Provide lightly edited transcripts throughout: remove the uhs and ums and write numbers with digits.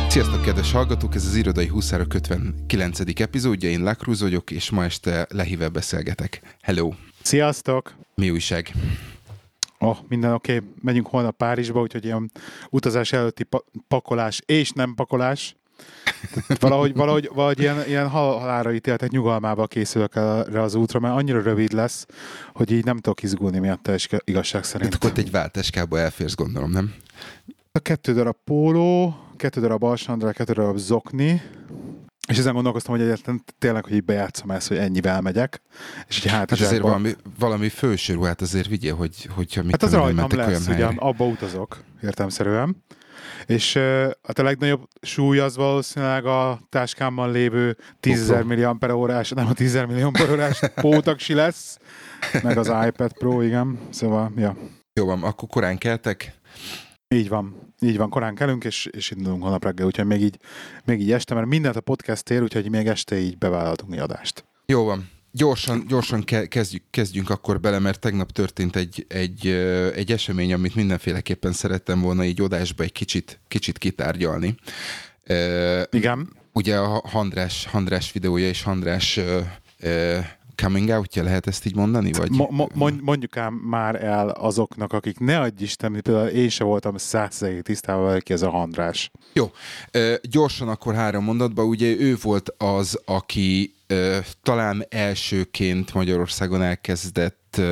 Sziasztok, kedves hallgatók! Ez az Irodai Huszárok 59. epizódja, én Lakrúz vagyok, és ma este Lehivel beszélgetek. Hello! Sziasztok! Mi újság? Minden oké. Megyünk holnap Párizsba, úgyhogy ilyen utazás előtti pakolás és nem pakolás. Valahogy ilyen halálra ítéltek nyugalmába készülök erre az útra, mert annyira rövid lesz, hogy így nem tudok izgulni miatta, és igazság szerint. Hát akkor egy váltáskába elférsz, gondolom, nem? 2 darab póló, 2 darab alsandra, 2 darab zokni, és ezen gondolkoztam, hogy egyáltalán tényleg, hogy így bejátszom ezt, hogy ennyivel megyek. És így hát azért valami főső ruhát azért vigyél, hogyha mit hát az rajtam mentek lesz, olyan ugye, abba utazok, értelemszerűen. És hát a legnagyobb súly az valószínűleg a táskámban lévő 10.000 mAh, nem a 10.000 mAh pótaksi lesz, meg az iPad Pro, igen. Szóval, ja. Jó van, akkor korán keltek. Így van, korán kelünk, és indulunk holnap reggel, úgyhogy még így este, mert mindent a podcast ér, úgyhogy még este így bevállaltunk egy adást. Jó van. Gyorsan kezdjünk akkor bele, mert tegnap történt egy esemény, amit mindenféleképpen szerettem volna így adásba egy kicsit kitárgyalni. Igen. Ugye a Handrás videója és Handrás coming out-ja, lehet ezt így mondani? Vagy? Mondjuk ám már el azoknak, akik ne adj Isten, például én sem voltam 100%-ig tisztában, ki ez a Handrás. Jó, gyorsan akkor 3 mondatban, ugye ő volt az, aki talán elsőként Magyarországon elkezdett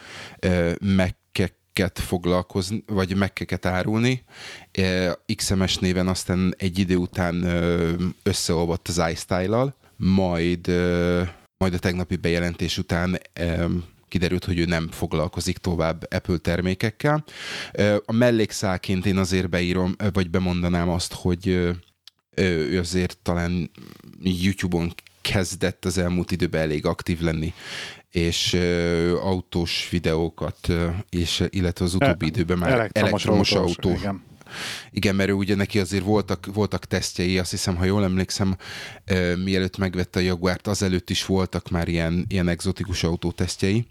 mekkeket foglalkozni, vagy mekkeket árulni. XMS néven aztán egy idő után összeolvadt az iStyle-al, majd a tegnapi bejelentés után kiderült, hogy ő nem foglalkozik tovább Apple termékekkel. A mellékszálként én azért beírom, vagy bemondanám azt, hogy ő azért talán YouTube-on kezdett az elmúlt időben elég aktív lenni, és autós videókat, illetve az utóbbi időben már elektromos autó. Igen, mert ugye neki azért voltak tesztjei, azt hiszem, ha jól emlékszem, mielőtt megvette a Jaguárt, azelőtt is voltak már ilyen egzotikus autó-tesztjei,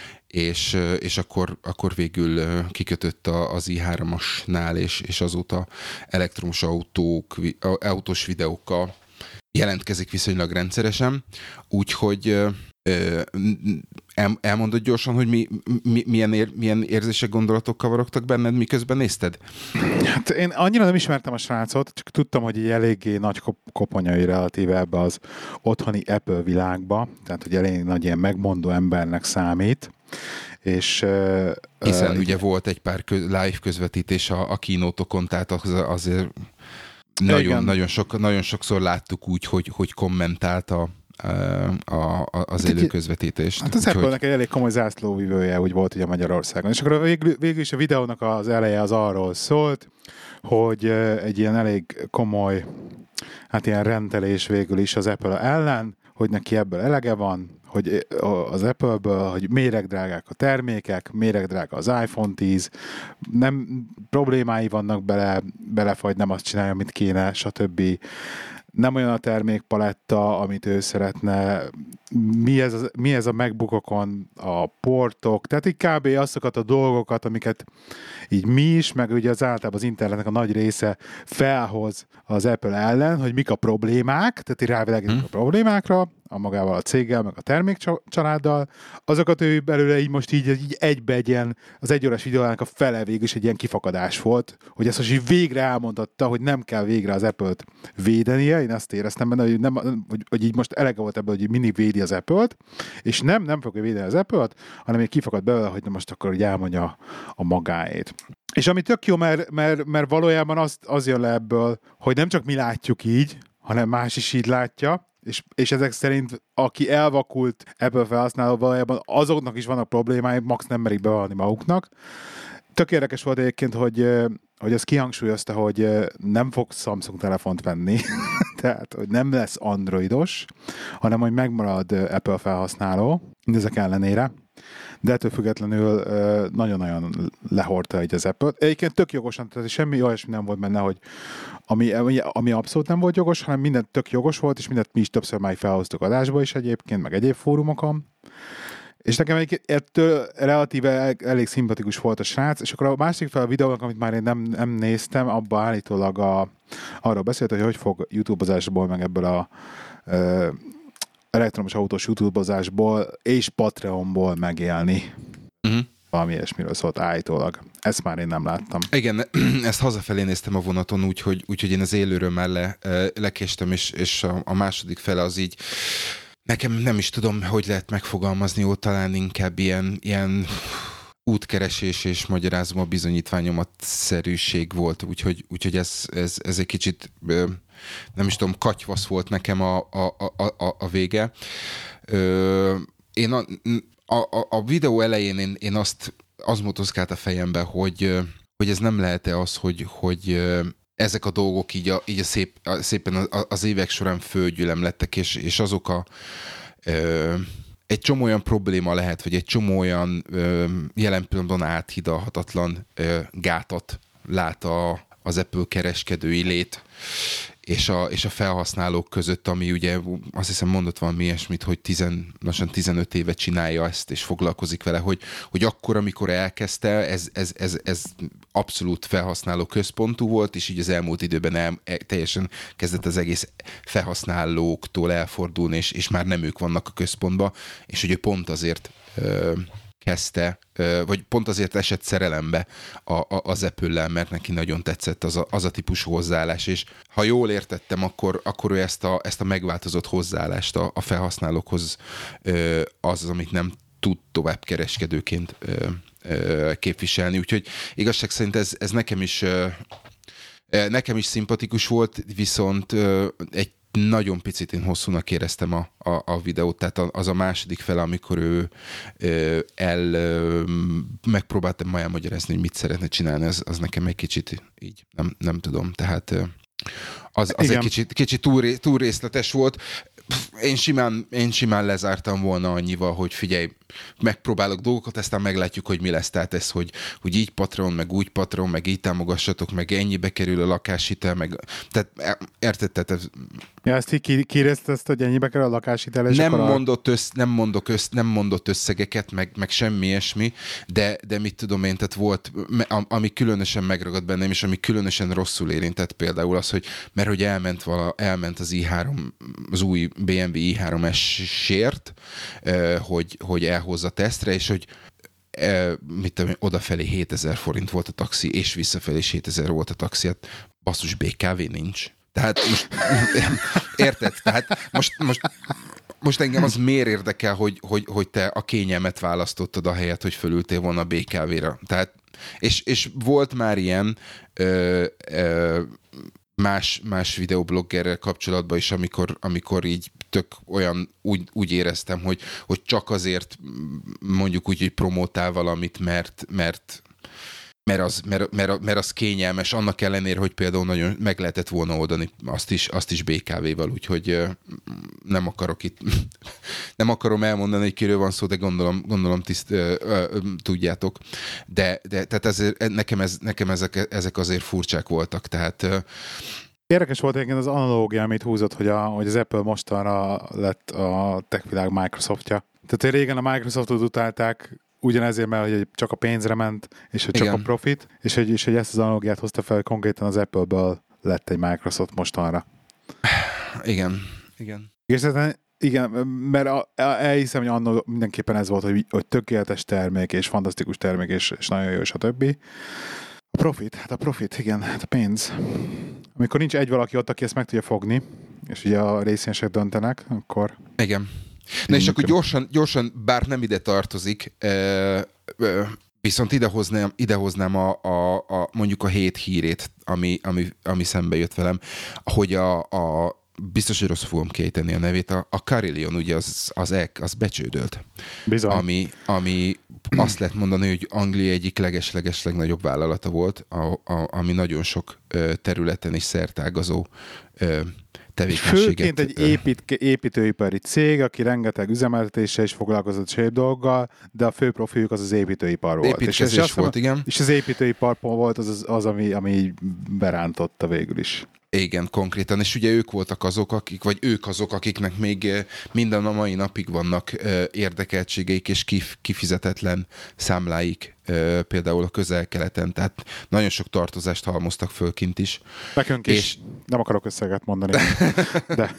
és akkor végül kikötött az i3-asnál, és azóta elektromos autós videókkal jelentkezik viszonylag rendszeresen, úgyhogy elmondod gyorsan, hogy milyen érzések, gondolatok kavarogtak benned, miközben nézted? Hát én annyira nem ismertem a srácot, csak tudtam, hogy egy eléggé nagy koponyai relatíve ebbe az otthoni Apple világba, tehát hogy elég nagy ilyen megmondó embernek számít, és hiszen ugye volt egy pár live közvetítés a kínótokon, tehát azért nagyon sokszor láttuk úgy, hogy kommentálta az élő közvetítést. Hát az Apple-nek egy elég komoly zászlóvivője úgy volt ugye Magyarországon. És akkor végül is a videónak az eleje az arról szólt, hogy egy ilyen elég komoly ilyen rendelés végül is az Apple ellen, hogy neki ebből elege van, hogy az Apple-ből, hogy méregdrágák a termékek, méregdrága az iPhone 10, nem problémái vannak belefagy, nem azt csinálja, amit kéne, stb. Nem olyan a termékpaletta, amit ő szeretne, mi ez a MacBookokon, a portok, tehát így kb. Azokat a dolgokat, amiket így mi is, meg ugye az általában az internetnek a nagy része felhoz az Apple ellen, hogy mik a problémák, tehát így rávilágítunk a problémákra, a magával a céggel, meg a termékcsaláddal, azokat ő belőle így most így egybe egy ilyen, az 1 órás videójának a fele végül is egy ilyen kifakadás volt, hogy ezt most így végre elmondatta, hogy nem kell végre az Apple-t védenie, én azt éreztem benne, hogy így most elege volt ebből, hogy mindig védi az Apple-t, és nem fogja védeni az Apple-t, hanem így kifakad belőle, hogy most akkor így elmondja a magáét. És ami tök jó, mert valójában az jön le ebből, hogy nem csak mi látjuk így, hanem más is így látja, és ezek szerint, aki elvakult Apple felhasználó, valójában azoknak is vannak problémái, max nem merik bevallani maguknak. Tök érdekes volt egyébként, hogy ezt kihangsúlyozta, hogy nem fog Samsung telefont venni, tehát hogy nem lesz androidos, hanem hogy megmarad Apple felhasználó, mindezek ellenére. De ettől függetlenül nagyon-nagyon lehordta így az Apple. Egyébként tök jogosan, tehát semmi olyasmi nem volt benne, hogy ami abszolút nem volt jogos, hanem minden tök jogos volt, és mindent mi is többször már felhoztuk adásba is egyébként, meg egyéb fórumokon. És nekem ettől relatíve elég szimpatikus volt a srác, és akkor a másik fel a videónak, amit már én nem néztem, abban állítólag arról beszélt, hogy fog YouTube-ozásból, meg ebből a elektromos autós YouTube-ozásból és Patreonból megélni. Valami ilyesmiről szólt állítólag. Ezt már én nem láttam. Igen, ezt hazafelé néztem a vonaton, úgyhogy én az élőről már lekéstem, és a második fele az így nekem nem is tudom, hogy lehet megfogalmazni, ott talán inkább ilyen útkeresés és magyarázom a bizonyítványomat szerűség volt, úgyhogy ez egy kicsit nem is tudom, katyvasz volt nekem a vége. Én a videó elején én az motozkált a fejembe, hogy ez nem lehet-e az, hogy ezek a dolgok így szépen az évek során földgyülemlettek, és azok egy csomó olyan probléma lehet, vagy egy csomó olyan jelen pillanatban áthidalhatatlan gátat lát az Apple kereskedői lét, és a felhasználók között, ami ugye azt hiszem mondott valami ilyesmit, hogy lassan 15 éve csinálja ezt, és foglalkozik vele, hogy akkor, amikor elkezdte, ez abszolút felhasználó központú volt, és így az elmúlt időben teljesen kezdett az egész felhasználóktól elfordulni, és már nem ők vannak a központban, és hogy ő pont azért kezdte, vagy pont azért esett szerelembe az Apple-lel, mert neki nagyon tetszett az a típusú hozzáállás, és ha jól értettem, akkor ő ezt a megváltozott hozzáállást a felhasználókhoz az, amit nem tud tovább kereskedőként képviselni. Úgyhogy igazság szerint ez nekem is szimpatikus volt, viszont egy nagyon picit én hosszúnak éreztem a videót, tehát az a második fele, amikor ő megpróbáltam majd elmagyarázni, hogy mit szeretne csinálni, az nekem egy kicsit így nem tudom, tehát az egy kicsit túl részletes volt. Én simán lezártam volna annyival, hogy figyelj, megpróbálok dolgokat, aztán meglátjuk, hogy mi lesz. Tehát ez, hogy így Patreon, meg úgy Patreon, meg így támogassatok, meg ennyibe kerül a lakáshitel, meg... Tehát érted? Tehát ja, ezt kirezte ezt, hogy ennyibe kerül a lakáshitel, és nem mondott összegeket, meg semmi ilyesmi, de mit tudom én, tehát volt, ami különösen megragad bennem, és ami különösen rosszul érintett például az, hogy mert hogy elment az az új BMW i3-es-sért, hogy elhozza tesztre, és hogy mit tudom, odafelé 7000 forint volt a taxi, és visszafelé is 7000 volt a taxi, hát basszus, BKV nincs. Tehát most, érted? Tehát most engem az miért érdekel, hogy te a kényelmet választottad a helyet, hogy fölültél volna a BKV-ra. Tehát, és volt már ilyen más videobloggerrel kapcsolatban is, amikor így tök olyan úgy éreztem, hogy csak azért mondjuk úgy, hogy promótál valamit, mert az kényelmes, annak ellenére, hogy például nagyon meg lehetett volna oldani azt is BKV-val, úgyhogy nem akarom elmondani, hogy kiről van szó, de gondolom tudjátok. De tehát ezért, nekem ezek azért furcsák voltak, tehát érdekes volt egyébként az analógia, amit húzott, hogy az Apple mostanra lett a techvilág Microsoftja. Tehát régen a Microsoftot utálták, ugyanezért, mert hogy csak a pénzre ment, és hogy csak igen. A profit, és hogy ezt az analógiát hozta fel, hogy konkrétan az Apple-ből lett egy Microsoft mostanra. Igen. És igen, mert elhiszem, hogy annól mindenképpen ez volt, hogy tökéletes termék, és fantasztikus termék, és nagyon jó, és a többi. A profit, igen, hát a pénz. Amikor nincs egy valaki ott, aki ezt meg tudja fogni, és ugye a részvényesek döntenek, akkor... Igen. Na és akkor gyorsan, bár nem ide tartozik, viszont idehoznám mondjuk a hét hírét, ami szembe jött velem, hogy biztos, hogy rosszul fogom kiejteni a nevét, a Carillion, ugye az becsődölt. Bizony. Ami azt lehet mondani, hogy Anglia egyik leges legnagyobb vállalata volt, ami nagyon sok területen is szertágazó tevékenységet. Főként egy építőipari cég, aki rengeteg üzemeltetéssel is foglalkozott sép dolggal, de a fő profiljuk az építőipar volt. Építkezés volt, igen. És az építőipar volt az ami berántotta végül is. Igen, konkrétan, és ugye ők voltak azok, ők azok, akiknek még minden a mai napig vannak érdekeltségeik és kifizetetlen számláik, például a Közel-Keleten, tehát nagyon sok tartozást halmoztak föl kint is. Nekünk is. Nem akarok összeget mondani. De,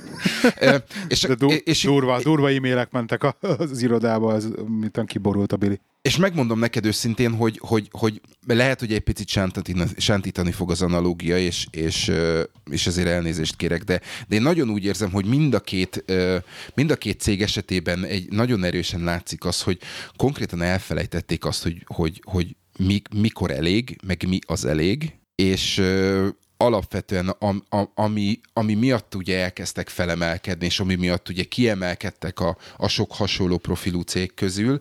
és durva e-mailek mentek az irodába, miután kiborult a Billy. És megmondom neked őszintén, hogy lehet, hogy egy picit sántítani fog az analógia, és ezért elnézést kérek, de én nagyon úgy érzem, hogy mind a két cég esetében nagyon erősen látszik az, hogy konkrétan elfelejtették azt, hogy mikor elég, meg mi az elég, és alapvetően ami miatt ugye elkezdtek felemelkedni, és ami miatt ugye kiemelkedtek a sok hasonló profilú cég közül,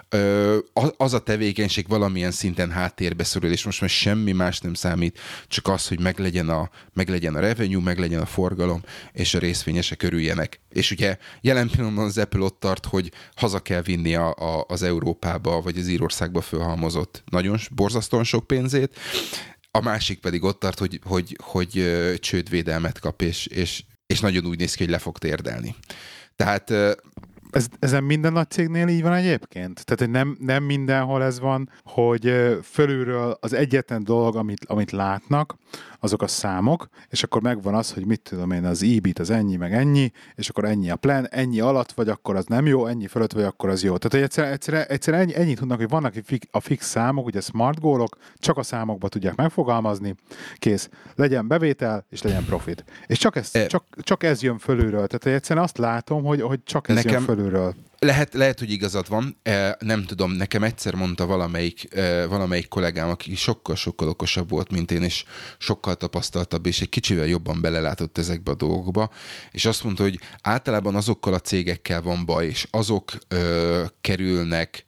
az a tevékenység valamilyen szinten háttérbe szorul, és most már semmi más nem számít, csak az, hogy meglegyen a revenue, meglegyen a forgalom, és a részvényesek örüljenek. És ugye jelen pillanatban az Apple ott tart, hogy haza kell vinni az Európába, vagy az Írországba fölhalmozott nagyon borzasztóan sok pénzét, a másik pedig ott tart, hogy csődvédelmet kap, és nagyon úgy néz ki, hogy le fog térdelni. Tehát... Ezen minden nagy cégnél így van egyébként? Tehát, hogy nem mindenhol ez van, hogy fölülről az egyetlen dolog, amit látnak, azok a számok, és akkor megvan az, hogy mit tudom én, az EBIT az ennyi, meg ennyi, és akkor ennyi a plan, ennyi alatt vagy, akkor az nem jó, ennyi fölött vagy, akkor az jó. Tehát, hogy egyszerűen ennyit tudnak, hogy vannak a fix számok, ugye smart goalok, csak a számokba tudják megfogalmazni, kész, legyen bevétel, és legyen profit. És csak ez jön fölülről. Tehát, hogy egyszerűen azt látom, hogy csak ez jön fölülről. Lehet, hogy igazad van, nem tudom, nekem egyszer mondta valamelyik kollégám, aki sokkal okosabb volt, mint én, és sokkal tapasztaltabb, és egy kicsivel jobban belelátott ezekbe a dolgokba, és azt mondta, hogy általában azokkal a cégekkel van baj, és azok kerülnek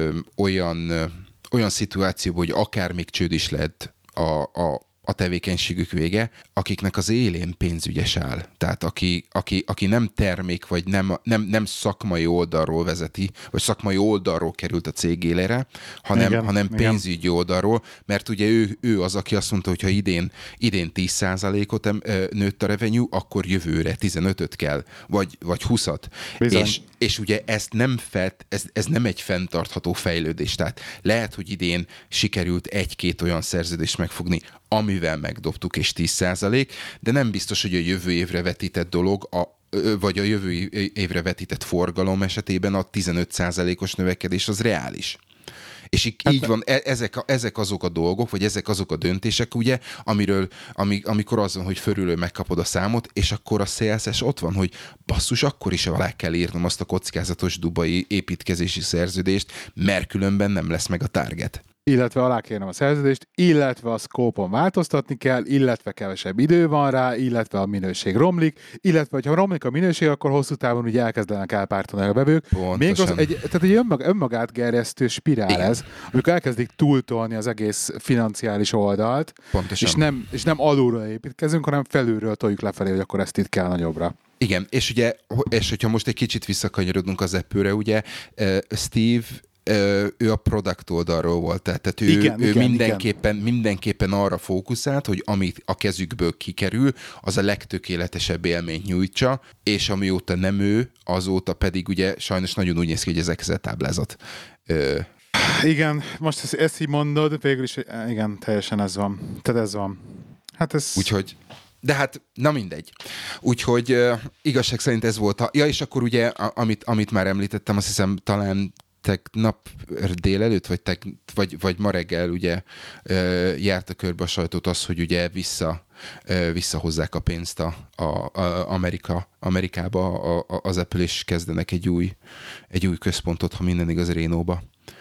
olyan szituációba, hogy akár még csőd is lehet a tevékenységük vége, akiknek az élén pénzügyes áll. Tehát aki nem termék, vagy nem szakmai oldalról vezeti, vagy szakmai oldalról került a cég élére, hanem pénzügyi oldalról, mert ugye ő az, aki azt mondta, hogy ha idén 10%-ot nőtt a revenue, akkor jövőre 15-öt kell, vagy 20-at. És ugye ez nem egy fenntartható fejlődés. Tehát lehet, hogy idén sikerült egy-két olyan szerződést megfogni, amivel megdobtuk, és 10%, de nem biztos, hogy a jövő évre vetített dolog, vagy a jövő évre vetített forgalom esetében a 15%-os növekedés az reális. És így van, ezek azok a dolgok, vagy ezek azok a döntések, ugye, amikor az van, hogy fölülről megkapod a számot, és akkor a sales ott van, hogy basszus, akkor is alá kell írnom azt a kockázatos dubai építkezési szerződést, mert különben nem lesz meg a target. Illetve alá kérnem a szerződést, illetve a szkópon változtatni kell, illetve kevesebb idő van rá, illetve a minőség romlik, illetve ha romlik a minőség, akkor hosszú távon ugye elkezdenek elpártolni a vevők. Még az tehát egy önmagát gerjesztő spirál ez, amikor elkezdik túltolni az egész financiális oldalt, és nem alulról építkezünk, hanem felülről toljuk lefelé, hogy akkor ezt itt kell nagyobbra. Igen, és hogyha most egy kicsit visszakanyarodunk az Apple-re, ugye Steve ő a product oldalról volt, tehát ő mindenképpen arra fókuszált, hogy amit a kezükből kikerül, az a legtökéletesebb élményt nyújtsa, és amióta nem ő, azóta pedig ugye sajnos nagyon úgy néz ki, hogy ez Excel táblázat. Igen, most ezt így mondod, végül is igen, teljesen ez van. Tehát ez van. Hát ez... Úgyhogy de hát, na mindegy. Úgyhogy igazság szerint ez volt. Ja, és akkor ugye, amit már említettem, azt hiszem talán tegnap délelőtt, vagy ma reggel ugye járt a körbe a sajtót az, hogy ugye visszahozzák a pénzt Amerikába, az Apple is kezdenek egy új központot, ha minden igaz, Rénóba.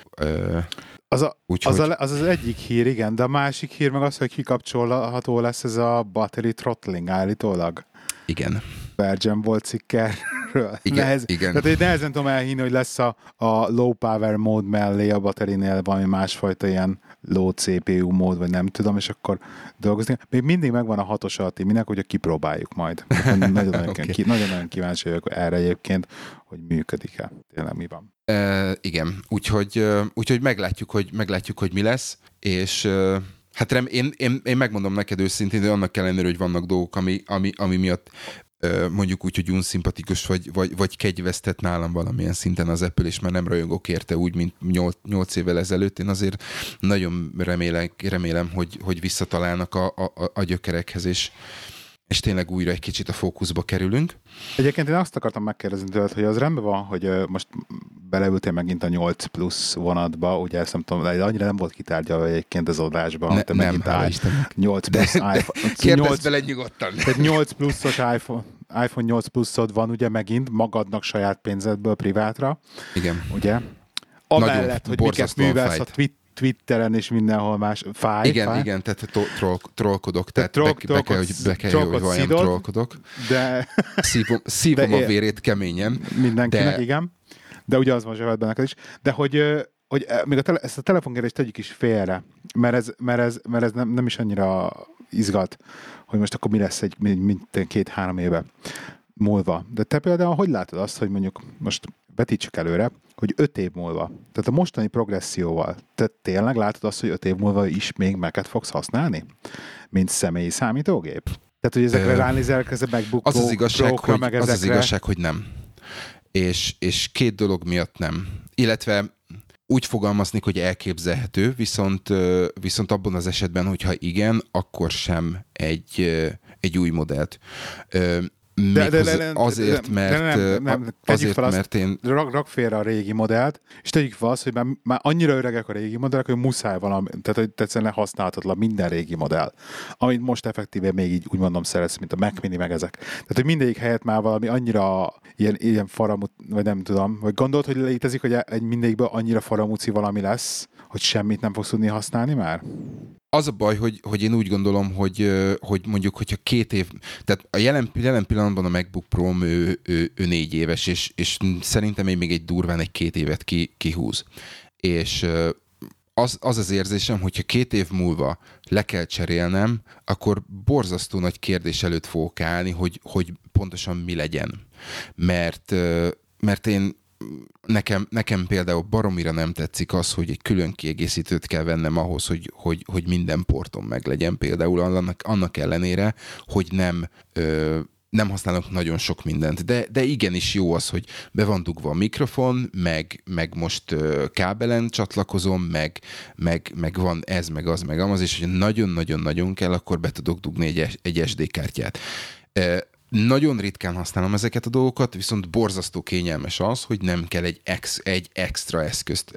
Az egyik hír, igen, de a másik hír meg az, hogy kikapcsolható lesz ez a battery throttling állítólag. Igen. Virgin volt cikkerről. Igen. Tehát nehezen tudom elhinni, hogy lesz a low power mód mellé a batterinél valami másfajta ilyen low CPU mód, vagy nem tudom, és akkor dolgozni. Még mindig megvan a 6-os alatti minek, hogy kipróbáljuk majd. Nagyon-nagyon kíváncsi vagyok erre egyébként, hogy működik-e. Tényleg mi van. Igen, úgyhogy meglátjuk, hogy mi lesz, és Hát én megmondom neked őszintén, de annak ellenére, hogy vannak dolgok, ami miatt mondjuk úgy, hogy unszimpatikus vagy kegyvesztett nálam valamilyen szinten az Apple, és már nem rajongok érte úgy, mint 8 évvel ezelőtt. Én azért nagyon remélem, hogy visszatalálnak a gyökerekhez, és tényleg újra egy kicsit a fókuszba kerülünk. Egyébként én azt akartam megkérdezni tőled, hogy az rendben van, hogy most beleültél megint a 8 plusz vonatba, ugye ezt nem tudom, de annyira nem volt kitárgyalva egyébként az adásban, te nem, megint 8 plusz iPhone. Kérdezz bele nyugodtan. Tehát 8 pluszos iPhone 8 pluszod van ugye megint magadnak saját pénzedből privátra. Igen. Ugye? Amellett, hogy miket művelsz a Twitteren és mindenhol más. Igen, tehát trollkodok, tehát be kell, hogy valljam, trollkodok. De szívom a vérét keményen. Mindenkinek, igen. De ugye az van zsebedben neked is. De hogy még ezt a telefonkérdést tegyük is félre, mert ez nem is annyira izgat, hogy most akkor mi lesz mint 2-3 éve múlva. De te például hogy látod azt, hogy mondjuk most vetítsük előre, hogy 5 év múlva, tehát a mostani progresszióval, te tényleg látod azt, hogy 5 év múlva is még Mac-et fogsz használni? Mint személyi számítógép? Tehát, hogy ezekre ránézel, ez a MacBook az az igazság, hogy nem. És 2 dolog miatt nem. Illetve úgy fogalmaznék, hogy elképzelhető, viszont abban az esetben, hogyha igen, akkor sem egy új modellt. Azért, mert én... Rak félre a régi modellt, és tegyük fel azt, hogy már annyira öregek a régi modellek, hogy muszáj valami, tehát hogy egyszerűen használhatatlan minden régi modell, amit most effektíve még így úgy mondom szeretsz, mint a Mac Mini, meg ezek. Tehát, hogy mindegyik helyett már valami annyira ilyen faramut, vagy nem tudom, vagy gondolod, hogy létezik, hogy mindegyikből annyira faramuci valami lesz, hogy semmit nem fogsz tudni használni már? Az a baj, hogy én úgy gondolom, hogy mondjuk, hogyha 2 év, tehát a jelen pillanatban a MacBook Pro ő 4 éves, és szerintem még egy durván egy 2 évet kihúz. És az érzésem, hogyha 2 év múlva le kell cserélnem, akkor borzasztó nagy kérdés előtt fogok állni, hogy pontosan mi legyen. Mert én nekem például baromira nem tetszik az, hogy egy külön kiegészítőt kell vennem ahhoz, hogy minden portom meg legyen például, annak ellenére, hogy nem használok nagyon sok mindent. De igenis jó az, hogy be van dugva a mikrofon, meg most kábelen csatlakozom, meg van ez, meg az, meg amaz, és hogy nagyon-nagyon-nagyon kell, akkor be tudok dugni egy SD kártyát. Nagyon ritkán használom ezeket a dolgokat, viszont borzasztó kényelmes az, hogy nem kell egy extra eszközt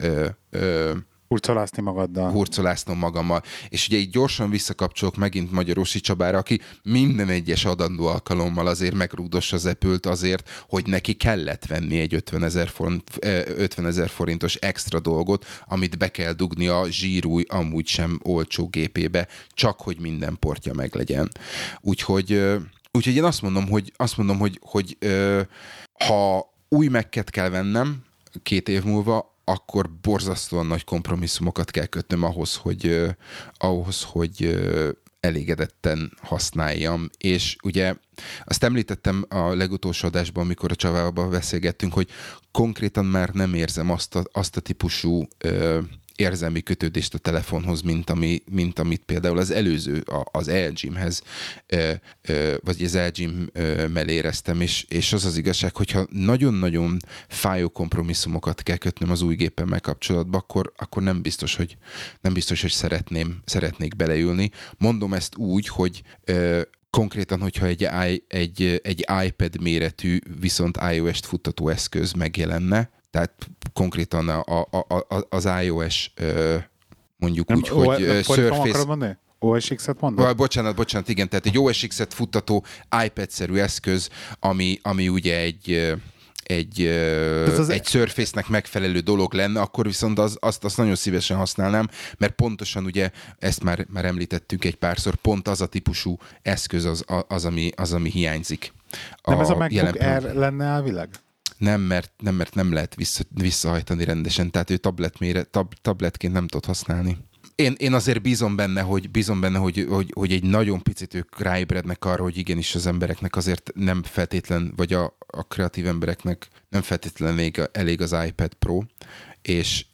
hurcolásznom magammal. És ugye így gyorsan visszakapcsolok megint Magyarósi Csabára, aki minden egyes adandó alkalommal azért megrúgdossa az Apple-t azért, hogy neki kellett venni egy 50 000 forintos extra dolgot, amit be kell dugni a zsírúj, amúgy sem olcsó gépébe, csak hogy minden portja meglegyen. Úgyhogy én azt mondom, hogy ha új Mac-et kell vennem 2 év múlva, akkor borzasztóan nagy kompromisszumokat kell kötnöm ahhoz, hogy elégedetten használjam. És ugye azt említettem a legutolsó adásban, amikor a Csavával beszélgettünk, hogy konkrétan már nem érzem azt a típusú érzelmi kötődést a telefonhoz, mint amit például az előző, az LG-mhez, vagy az LG-mmel éreztem, és az igazság, hogyha nagyon-nagyon fájó kompromisszumokat kell kötnöm az új gépemmel kapcsolatban, akkor nem biztos, hogy szeretnék beleülni. Mondom ezt úgy, hogy konkrétan, hogyha egy iPad méretű, viszont iOS-t futtató eszköz megjelenne, tehát konkrétan az iOS mondjuk úgy, hogy Surface... OS X-et mondod? Bocsánat, igen, tehát egy OS X-et futtató iPad-szerű eszköz, ami ugye egy Surface-nek megfelelő dolog lenne, akkor viszont azt nagyon szívesen használnám, mert pontosan ugye, ezt már említettük egy párszor, pont az a típusú eszköz az, ami hiányzik. Nem ez a MacBook Air lenne elvileg? Nem, mert nem lehet visszahajtani rendesen, tehát ő tabletként nem tud használni. Én azért bízom benne, hogy egy nagyon picit ők ráébrednek arra, hogy igenis az embereknek azért nem feltétlen, vagy a kreatív embereknek nem feltétlen elég az iPad Pro, és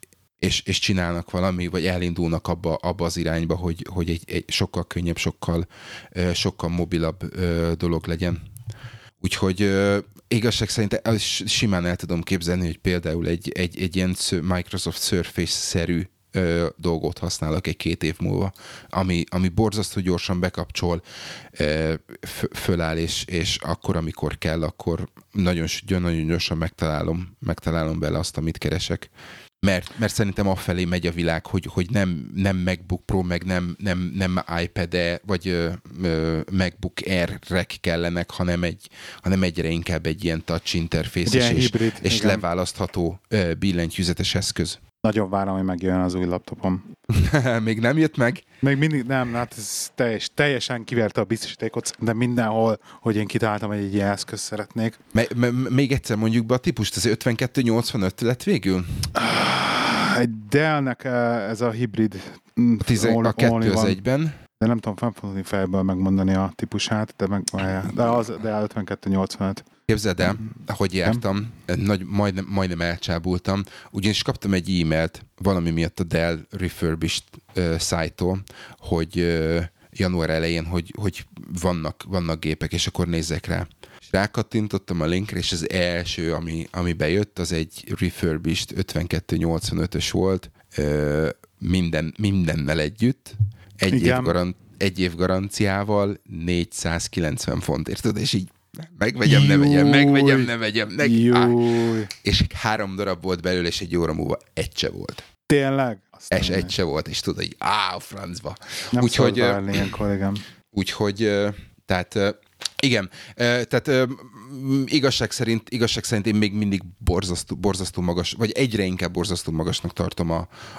és csinálnak valami, vagy elindulnak abba az irányba, hogy egy sokkal könnyebb, sokkal mobilabb dolog legyen. Úgyhogy igazság szerint simán el tudom képzelni, hogy például egy ilyen Microsoft Surface-szerű dolgot használok 1-2 év múlva, ami borzasztó gyorsan bekapcsol, föláll, és akkor, amikor kell, akkor nagyon gyorsan megtalálom bele azt, amit keresek. Mert szerintem afelé megy a világ, hogy nem MacBook Pro, meg nem iPad-e, vagy MacBook Air-rek kellenek, hanem egyre inkább egy ilyen touch interface és leválasztható billentyűzetes eszköz. Nagyon várom, hogy megjön az új laptopom. Még nem jött meg? Még mindig nem, hát ez teljesen kiverte a biztosítékot, de mindenhol, hogy én kitaláltam, hogy egy ilyen eszköz szeretnék. Még egyszer mondjuk be a típust, az 5285 lett végül? Egy Dell-nek ez a hibrid a 2:1-ben. De nem tudom fennfogni fejből megmondani a típusát, de az Dell 5285. Képzeld el, hogy jártam, majdnem elcsábultam, ugyanis kaptam egy e-mailt valami miatt a Dell Refurbished szájtól, hogy január elején, hogy vannak gépek, és akkor nézzek rá. És rákattintottam a linkre, és az első, ami bejött, az egy Refurbished 5285-ös volt, mindennel együtt, egy év garanciával 490 fontért, tudod, és így megvegyem, ne vegyem. És 3 darab volt belőle, és egy óra múlva egy se volt. Tényleg? És egy se volt, és tudod, így a francba. Nem úgyhogy ilyenkor, igen. Úgyhogy, tehát igen, tehát igazság szerint én még mindig borzasztó magas, vagy egyre inkább borzasztó magasnak tartom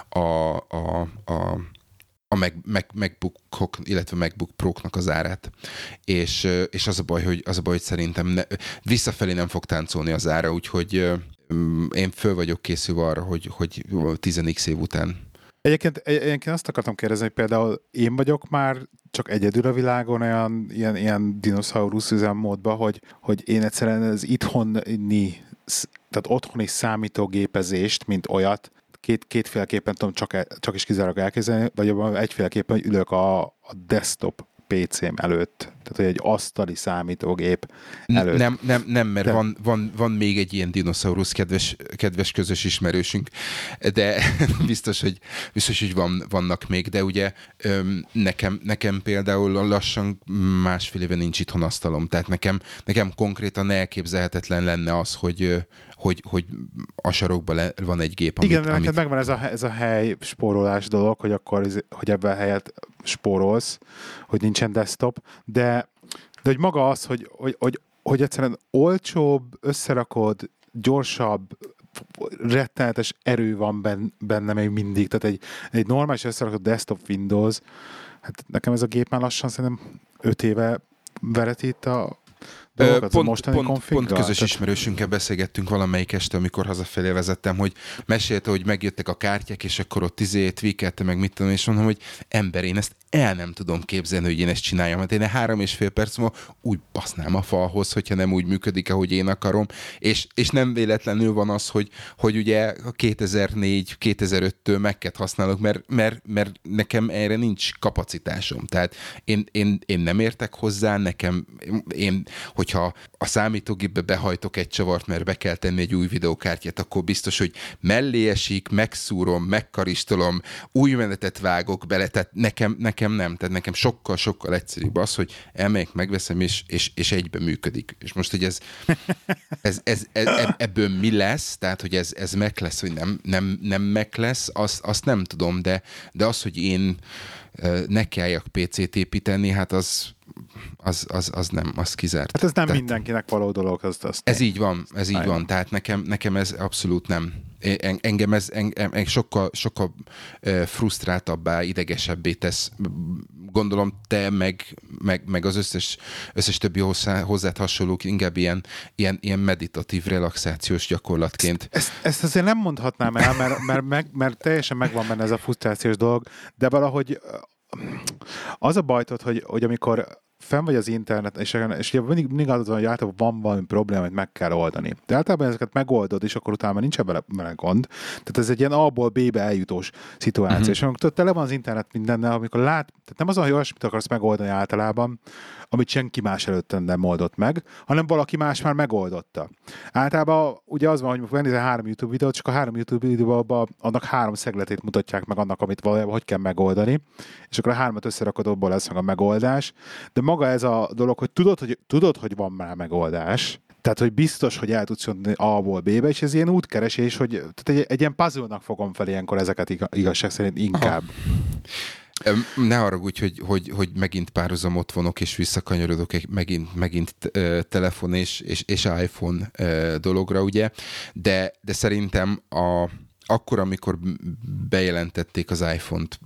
a MacBook-ok, illetve MacBook Pro-knak az árát. És az a baj, hogy szerintem visszafelé nem fog táncolni az ára, úgyhogy én föl vagyok készülve arra, hogy 10x év után. Egyébként azt akartam kérdezni, hogy például én vagyok már csak egyedül a világon ilyen dinoszaurusz üzemmódban, hogy én egyszerűen az otthoni számítógépezést, mint olyat, kétféleképpen tudom csak is kizárólag elképzelni, vagy egyféleképpen, hogy ülök a desktop PC-m előtt. Tehát, hogy egy asztali számítógép előtt. Nem, mert van még egy ilyen dinoszaurusz kedves közös ismerősünk, de biztos, hogy vannak még, de ugye nekem például lassan 1,5 éve nincs itthon asztalom, tehát nekem konkrétan elképzelhetetlen lenne az, hogy a sarokban van egy gép, igen, de neked megvan ez a hely spórolás dolog, hogy ebben a helyet spórolsz, hogy nincsen desktop, de hogy maga az, hogy egyszerűen olcsóbb, összerakod, gyorsabb, rettenetes erő van benne még mindig. Tehát egy normális összerakott desktop Windows, hát nekem ez a gép már lassan szerintem 5 éve veretít a Pont közös ismerősünkkel beszélgettünk valamelyik este, amikor hazafelé vezettem, hogy mesélte, hogy megjöttek a kártyák, és akkor ott tweakelte meg mit tudom, és mondom, hogy ember, én ezt el nem tudom képzelni, hogy én ezt csináljam. Hát én 3,5 perc múlva úgy basznám a falhoz, hogyha nem úgy működik, ahogy én akarom. És nem véletlenül van az, hogy ugye a 2004-2005-től Mac-et használok, mert nekem erre nincs kapacitásom. Tehát én nem értek hozzá, hogyha a számítógépbe behajtok egy csavart, mert be kell tenni egy új videókártyát, akkor biztos, hogy mellé esik, megszúrom, megkaristolom, új menetet vágok bele, tehát nekem nem, tehát nekem sokkal egyszerűbb az, hogy elmegyek, megveszem, és egyben működik. És most, hogy ebből mi lesz, tehát, hogy ez meg lesz, vagy nem meg lesz, azt nem tudom, de az, hogy én ne kelljek PC-t építeni, hát az nem, az kizárt. Hát ez nem mindenkinek való dolog. Ez így van, tehát nekem ez abszolút nem. Engem ez sokkal frusztráltabbá, idegesebbé tesz. Gondolom te, meg az összes többi hozzád hasonlók inkább ilyen meditatív, relaxációs gyakorlatként. Ezt azért nem mondhatnám el, mert teljesen megvan benne ez a frusztrációs dolog, de valahogy az a bajtod, hogy amikor fenn vagy az internet, és ugye mindig az van, hogy általában van valami probléma, amit meg kell oldani. De általában ezeket megoldod, és akkor utána nincsen vele gond. Tehát ez egy ilyen A-ból B-be eljutós szituáció. És amikor tele van az internet mindennel, amikor tehát nem az, hogy olyasmit akarsz megoldani általában, amit senki más előtt nem oldott meg, hanem valaki más már megoldotta. Általában ugye az van, hogy megnézel 3 YouTube videót, csak a 3 YouTube videóban annak 3 szegletét mutatják meg annak, amit valójában hogy kell megoldani, és akkor a 3-at összerakod, abból lesz meg a megoldás. De maga ez a dolog, hogy tudod, hogy van már megoldás, tehát, hogy biztos, hogy el tudsz jönni A-ból B-be, és ez ilyen útkeresés, hogy tehát egy ilyen puzzle-nak fogom fel ilyenkor ezeket igazság szerint inkább. Ne haragudj, hogy megint párhuzamot vonok, és visszakanyarodok megint telefon és iPhone dologra, ugye, de szerintem akkor, amikor bejelentették az iPhone-t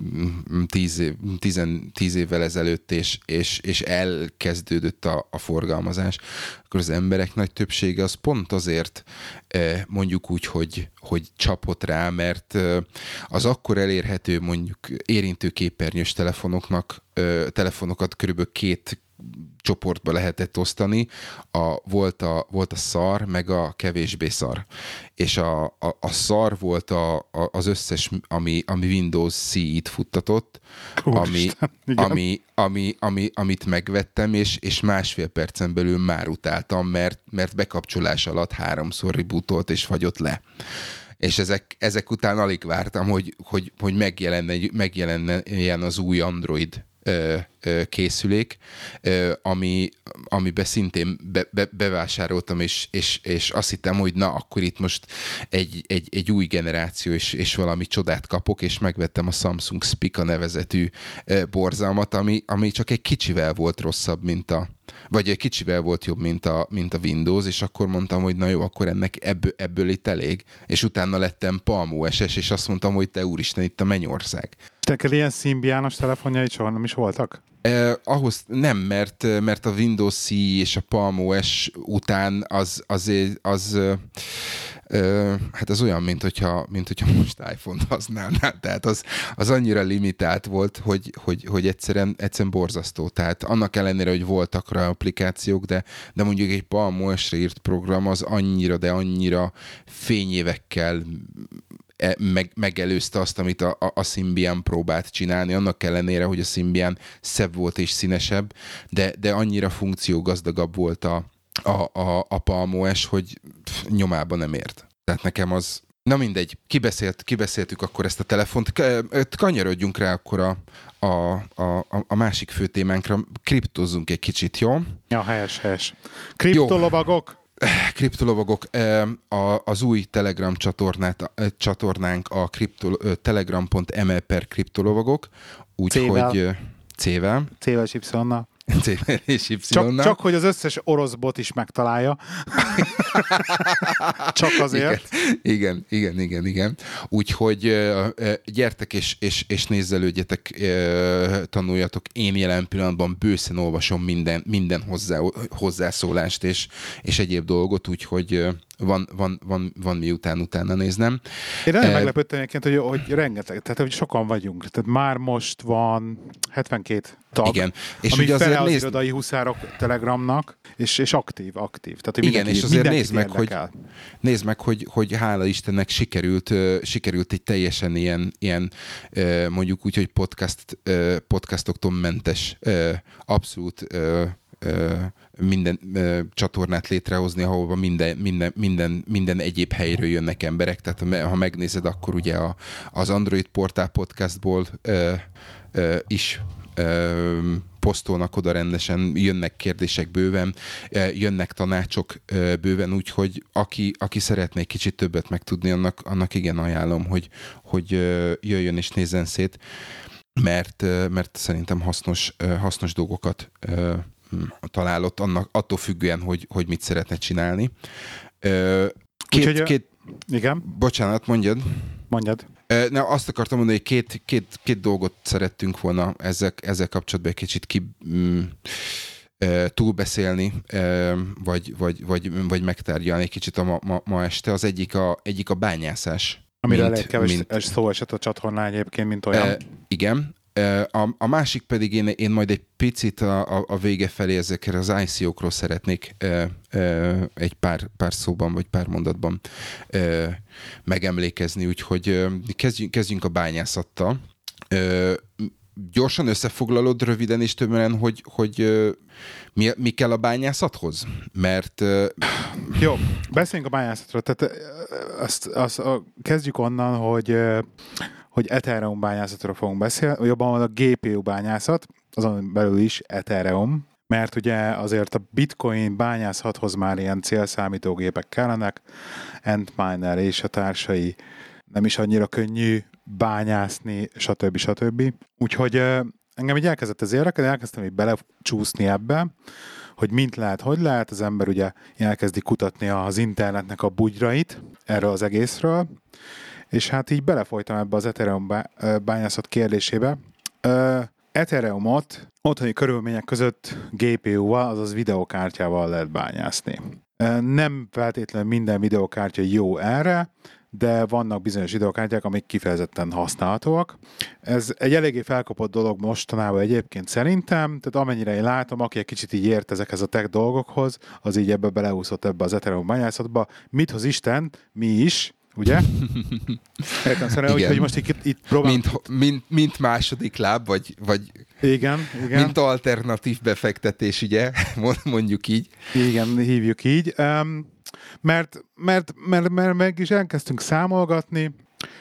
10 évvel ezelőtt, és elkezdődött a forgalmazás, akkor az emberek nagy többsége az pont azért mondjuk úgy, hogy csapott rá, mert az akkor elérhető mondjuk érintőképernyős telefonokat körülbelül 2 csoportba lehetett osztani, volt a szar, meg a kevésbé szar. És a szar volt az összes, ami Windows CE-t futtatott, amit megvettem, és 1,5 percen belül már utáltam, mert bekapcsolás alatt 3-szor rebootolt, és fagyott le. És ezek után alig vártam, hogy megjelenne ilyen az új Android készülék, amiben szintén bevásároltam, és azt hittem, hogy na, akkor itt most egy új generáció, és valami csodát kapok, és megvettem a Samsung Spica nevezetű borzalmat, ami csak egy kicsivel volt rosszabb, vagy egy kicsivel volt jobb, mint a Windows, és akkor mondtam, hogy na jó, akkor ennek ebből itt elég, és utána lettem Palm OS-es, és azt mondtam, hogy te úristen, itt a mennyország. Neked ilyen szimbiános telefonjaid soha nem is voltak? Ahhoz nem, mert a Windows CE és a Palm OS után hát az olyan, mint hogyha most iPhone-t használnál. Tehát az annyira limitált volt, hogy egyszerűen borzasztó. Tehát annak ellenére, hogy voltak rá applikációk, de mondjuk egy Palm OS-re írt program az annyira fényévekkel megelőzte azt, amit a Symbian próbált csinálni, annak ellenére, hogy a Symbian szebb volt és színesebb, de annyira funkciógazdagabb volt a Palm OS, hogy nyomában nem ért. Tehát nekem az... Na mindegy, kibeszéltük akkor ezt a telefont. Kanyarodjunk rá akkor a másik fő témánkra. Kriptózzunk egy kicsit, jó? Ja, helyes. Kriptolovagok? Kriptolovagok. Az új Telegram csatornánk a telegram.me/kriptolovagok. Úgyhogy C-vel. C-vel és Y-nal. És Y-nal. Csak hogy az összes orosz bot is megtalálja. Csak azért. Igen. Úgyhogy gyertek és nézzelődjetek, tanuljatok. Én jelen pillanatban bőszen olvasom minden hozzászólást és egyéb dolgot, úgyhogy van miután utána néznem. Én nagyon meglepődtem egyébként, hogy rengeteg, tehát hogy sokan vagyunk. Tehát már most van 72 tag, igen. És ami ugye fele az irodai huszárok Telegramnak, és aktív. Tehát, hogy igen, és azért nézd meg, hogy hála Istennek sikerült egy teljesen ilyen mondjuk úgy, hogy podcastoktól mentes, abszolút minden csatornát létrehozni, ahova minden egyéb helyről jönnek emberek. Tehát ha megnézed, akkor ugye az Android Portál podcastból is posztolnak oda rendesen, jönnek kérdések bőven, jönnek tanácsok bőven, úgyhogy aki szeretne egy kicsit többet megtudni, annak igen ajánlom, hogy jöjjön és nézzen szét, mert szerintem hasznos dolgokat találott, attól függően, hogy mit szeretne csinálni. Igen. Bocsánat, mondjad. Azt akartam mondani, hogy két dolgot szerettünk volna ezzel kapcsolatban egy kicsit túlbeszélni, vagy megtárgyalni egy kicsit ma este. Az egyik a bányászás. Amiről elég kevés szó esett a csatornán egyébként, mint olyan. Igen. A másik pedig én majd egy picit a vége felé ezekre az ICO-król szeretnék egy pár szóban vagy pár mondatban megemlékezni, úgyhogy kezdjünk a bányászattal. Gyorsan összefoglalod röviden és többen, hogy mi kell a bányászathoz? Mert... Jó, beszéljünk a bányászatról. Tehát kezdjük onnan, hogy Ethereum bányászatról fogunk beszélni, jobban van a GPU bányászat, azon belül is Ethereum, mert ugye azért a Bitcoin bányászathoz már ilyen célszámítógépek kellenek, Antminer és a társai nem is annyira könnyű bányászni, stb. Úgyhogy engem így elkezdett az érdekelni, elkezdtem így belecsúszni ebbe, hogy mint lehet, hogy lehet, az ember ugye elkezdi kutatni az internetnek a bugyrait erről az egészről, és hát így belefolytam ebbe az Ethereum bányászat kérdésébe. Ethereumot otthoni körülmények között GPU-val, azaz videokártyával lehet bányászni. Nem feltétlenül minden videokártya jó erre, de vannak bizonyos videokártyák, amik kifejezetten használhatóak. Ez egy eléggé felkapott dolog mostanában egyébként szerintem, tehát amennyire én látom, aki egy kicsit így ért ezekhez a tech dolgokhoz, az így ebbe beleúszott ebbe az Ethereum bányászatba. Mit hoz Isten? Mi is, ugye? Értem szerint, hogy most itt próbálom... Mint második láb, vagy igen. Mint alternatív befektetés, ugye? Mondjuk így. Igen, hívjuk így. Mert meg is elkezdtünk számolgatni,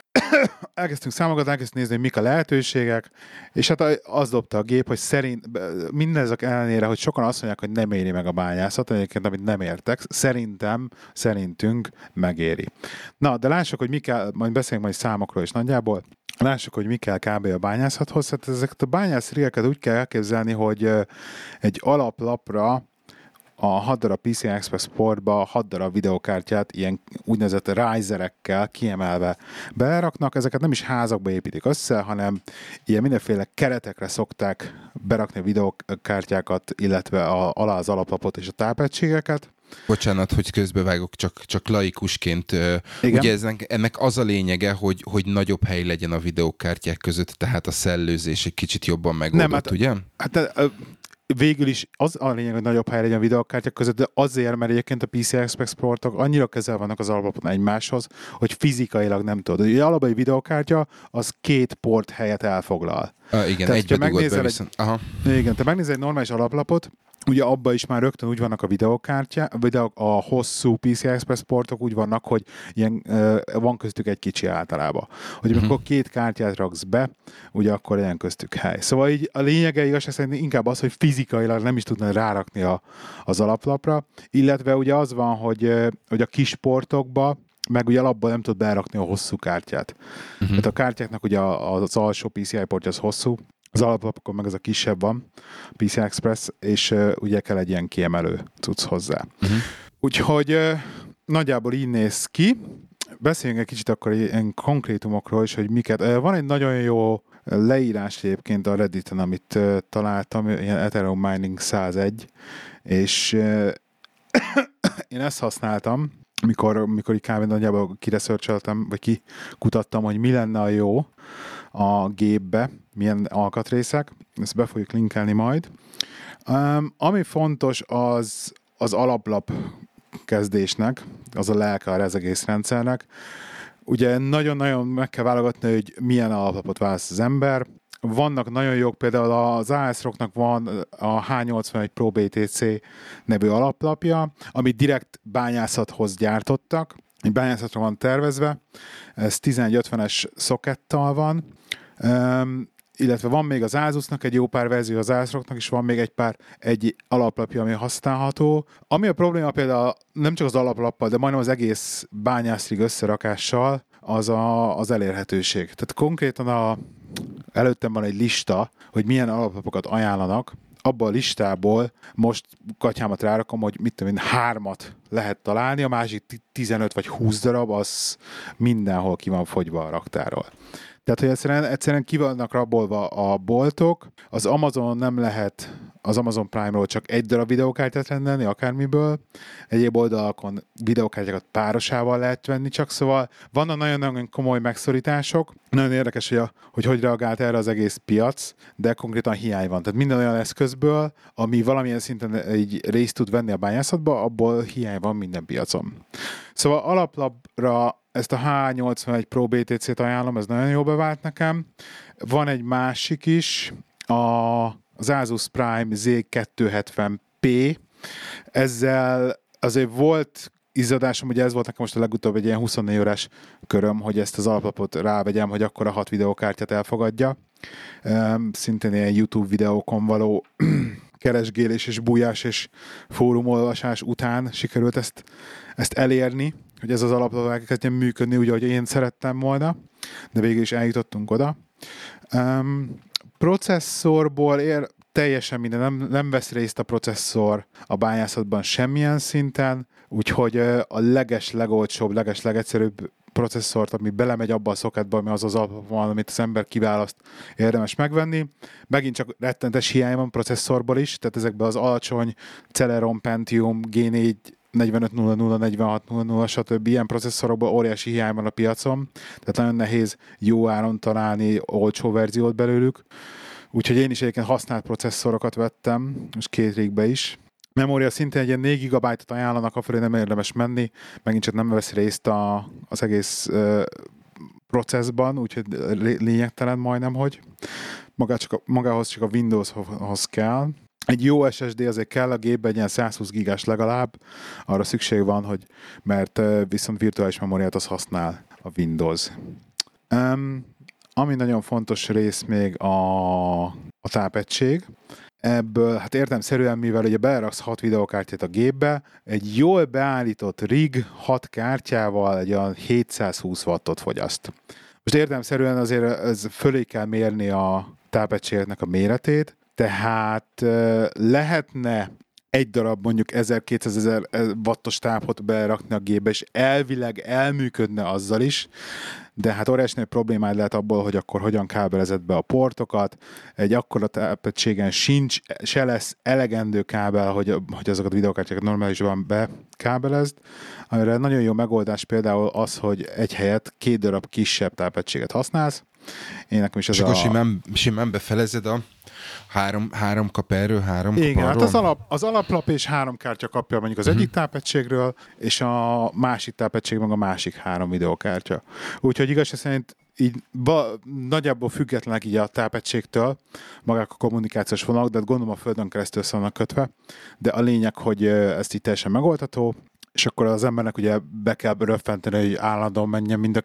elkezdtünk nézni, hogy mik a lehetőségek, és hát az dobta a gép, hogy mindezek ellenére, hogy sokan azt mondják, hogy nem éri meg a bányászat, egyébként, amit nem értek, szerintünk megéri. Na, de lássuk, hogy mi kell, majd beszélünk majd számokról is nagyjából, lássuk, hogy mi kell kb. A bányászathoz. Hát ezeket a bányászrégeket úgy kell elképzelni, hogy egy alaplapra a 6 darab PCI Express portba 6 darab videokártyát ilyen úgynevezett riserekkel kiemelve beraknak. Ezeket nem is házakba építik össze, hanem ilyen mindenféle keretekre szokták berakni a videokártyákat, illetve alá az alaplapot és a tápegységeket. Bocsánat, hogy közbevágok, csak laikusként. Igen? Ugye ennek az a lényege, hogy nagyobb hely legyen a videókártyák között, tehát a szellőzés egy kicsit jobban megoldott, nem, ugye? Végül is az a lényeg, hogy nagyobb hely legyen a videokártyák között, de azért, mert egyébként a PCI Express portok annyira közel vannak az alaplapon egymáshoz, hogy fizikailag nem tudod. Ugye alapban egy videokártya az 2 port helyet elfoglal. Igen, egybe dugod be viszont. Aha. Igen, te megnézel egy normális alaplapot, ugye abban is már rögtön úgy vannak a a hosszú PCI Express portok úgy vannak, hogy ilyen, van köztük egy kicsi általában. Hogy amikor 2 kártyát raksz be, ugye akkor legyen köztük hely. Szóval így a lényege igazság szerint inkább az, hogy fizikailag nem is tudna rárakni az alaplapra, illetve ugye az van, hogy a kis portokba meg ugye alapban nem tud berakni a hosszú kártyát. Tehát a kártyáknak ugye az alsó PCI portja az hosszú, az alaplapokon meg az a kisebb van, PCI Express, és ugye kell egy ilyen kiemelő cucc hozzá. Úgyhogy nagyjából így néz ki. Beszéljünk egy kicsit akkor ilyen konkrétumokról is, hogy miket. Van egy nagyon jó leírás egyébként a Redditen, amit találtam, ilyen Ethereum Mining 101, és én ezt használtam, mikor így kb. Nagyjából kireszörcseltem, vagy kikutattam, hogy mi lenne a jó a gépbe, milyen alkatrészek, ezt be fogjuk linkelni majd. Ami fontos, az alaplap kezdésnek, az a lelke az egész rendszernek. Ugye nagyon-nagyon meg kell válogatni, hogy milyen alaplapot választ az ember. Vannak nagyon jók, például az ASRocknak van a H81 Pro BTC nevű alaplapja, amit direkt bányászathoz gyártottak, egy bányászatra van tervezve, ez 1150-es szokettal van, illetve van még az Asusnak egy jó pár verzió, az ASRocknak is van még egy alaplapja, ami használható. Ami a probléma például nem csak az alaplappal, de majdnem az egész bányászrig összerakással, az elérhetőség. Tehát konkrétan előttem van egy lista, hogy milyen alaplapokat ajánlanak. Abban a listából most katyámat rárakom, hogy mit tudom én, 3 lehet találni, a másik 15 vagy 20 darab, az mindenhol ki van fogyva a raktáról. Tehát, hogy egyszerűen ki vannak rabolva a boltok, az Amazonon nem lehet az Amazon Prime-ról csak egy darab videókártyát rendelni, akármiből. Egyéb oldalakon videókártyákat párosával lehet venni csak, szóval vannak nagyon-nagyon komoly megszorítások. Nagyon érdekes, hogy reagált erre az egész piac, de konkrétan hiány van. Tehát minden olyan eszközből, ami valamilyen szinten egy részt tud venni a bányászatba, abból hiány van minden piacon. Szóval alaplapra ezt a H81 Pro BTC-t ajánlom, ez nagyon jól bevált nekem. Van egy másik is, az Asus Prime Z270p. Ezzel azért volt izzadásom, ugye ez volt nekem most a legutóbb egy ilyen 24 órás köröm, hogy ezt az alaplapot rávegyem, hogy akkor a 6 videókártyát elfogadja. Szintén ilyen YouTube videókon való keresgélés és bújás és fórumolvasás után sikerült ezt elérni, hogy ez az alaplap elkezdjen működni úgy, ahogy én szerettem volna, de végül is eljutottunk oda. Processzorból teljesen minden, nem vesz részt a processzor a bányászatban semmilyen szinten, úgyhogy a legolcsóbb, legegyszerűbb processzort, ami belemegy abba a szoketba, ami az alap van, amit az ember kiválaszt, érdemes megvenni. Megint csak rettenetes hiány van processzorból is, tehát ezekben az alacsony Celeron, Pentium, G4, 4500, 4600, stb. Ilyen processzorokban óriási hiány van a piacon, tehát nagyon nehéz jó áron találni olcsó verziót belőlük. Úgyhogy én is egyébként használt processzorokat vettem, most 2 ringbe is. Memória szintén egy ilyen 4 GB-ot ajánlanak, afelé nem érdemes menni, megint csak nem vesz részt az egész processzban, úgyhogy lényegtelen majdnem, hogy magához csak a Windowshoz kell. Egy jó SSD azért kell a gépben, egy ilyen 120 gigás legalább, arra szükség van, mert viszont virtuális memóriát az használ a Windows. Ami nagyon fontos rész még a tápegység. Ebből, hát értelemszerűen, mivel ugye beleraksz 6 videókártyát a gépbe, egy jól beállított rig 6 kártyával egy olyan 720 wattot fogyaszt. Most értelemszerűen azért ez fölé kell mérni a tápegységnek a méretét, tehát lehetne egy darab mondjuk 1200 wattos tápot berakni a gépbe, és elvileg elműködne azzal is, de hát óriási nagy problémád lehet abból, hogy akkor hogyan kábelezed be a portokat, egy akkora tápegységen se lesz elegendő kábel, hogy azokat a videókártyákat normálisan bekábelezd, amire nagyon jó megoldás például az, hogy egy helyett 2 darab kisebb tápegységet használsz. Én nekem is ez és akkor simán befelezed a három kap erről, 3 kap igen, arról. hát az alaplap és 3 kártya kapja mondjuk az egyik tápegységről, és a másik tápegység meg a másik 3 videókártya. Úgyhogy igazság szerint így nagyjából függetlenek így a tápegységtől magák a kommunikációs vonalak, de gondolom a földön keresztül vannak kötve, de a lényeg, hogy ezt így teljesen megoldható, és akkor az embernek ugye be kell röffenteni, hogy állandóan menjen mind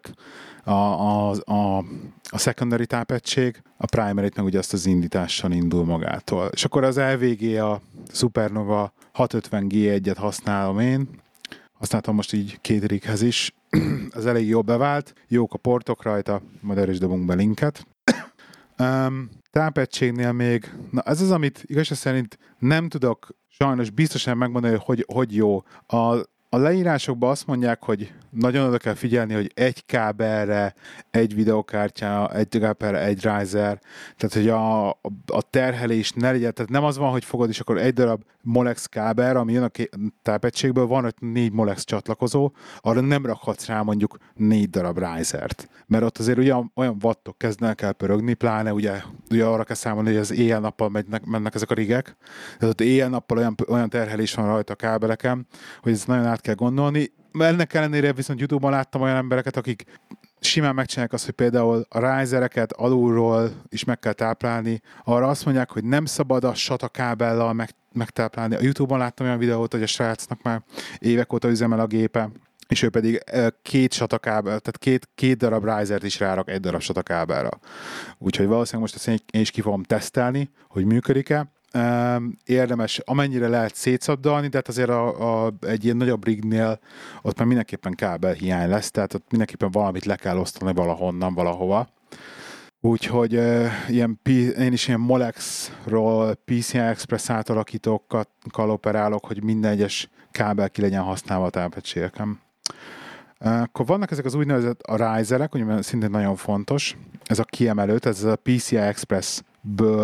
a secondary tápegység, a primary-t meg ugye azt az indítással indul magától. És akkor az LVG, a Supernova 650G1-et használom én, használtam most így 2 righez is, ez elég jól bevált, jók a portok rajta, majd erre is dobunk be linket. Tápegységnél még, na ez az, amit igazság szerint nem tudok sajnos biztosan megmondani, hogy jó. A leírásokban azt mondják, hogy nagyon oda kell figyelni, hogy egy kábelre, egy videokártya, egy kábelre, egy riser, tehát hogy a terhelés ne legyen, tehát nem az van, hogy fogod, és akkor egy darab Molex kábel, ami jön a tápegységből, van ott 4 Molex csatlakozó, arra nem rakhatsz rá mondjuk 4 darab risert, mert ott azért olyan wattok kezdenek el pörögni, pláne ugye arra kell számolni, hogy az éjjel-nappal mennek ezek a rigek, tehát ott éjjel-nappal olyan terhelés van rajta a kábeleken, hogy ezt nagyon át kell gondolni. Ennek ellenére viszont YouTube-on láttam olyan embereket, akik simán megcsinálják azt, hogy például a risereket alulról is meg kell táplálni. Arra azt mondják, hogy nem szabad a SATA kábellal megtáplálni. A YouTube-on láttam olyan videót, hogy a srácnak már évek óta üzemel a gépe, és ő pedig 2 SATA kábel, tehát két darab risert is rárak egy darab SATA kábelra. Úgyhogy valószínűleg most ezt én is ki fogom tesztelni, hogy működik-e. Érdemes, amennyire lehet szétszabdalni, de hát azért egy ilyen nagyobb rignél ott már mindenképpen kábelhiány lesz, tehát ott mindenképpen valamit le kell osztani valahonnan, valahova. Úgyhogy én is ilyen Molexról PCI Express átalakítókkal operálok, hogy minden egyes kábel ki legyen használva a tápegységeken. Akkor vannak ezek az úgynevezett a riserek, ugye szintén nagyon fontos, ez a kiemelő, ez a PCI Express-ből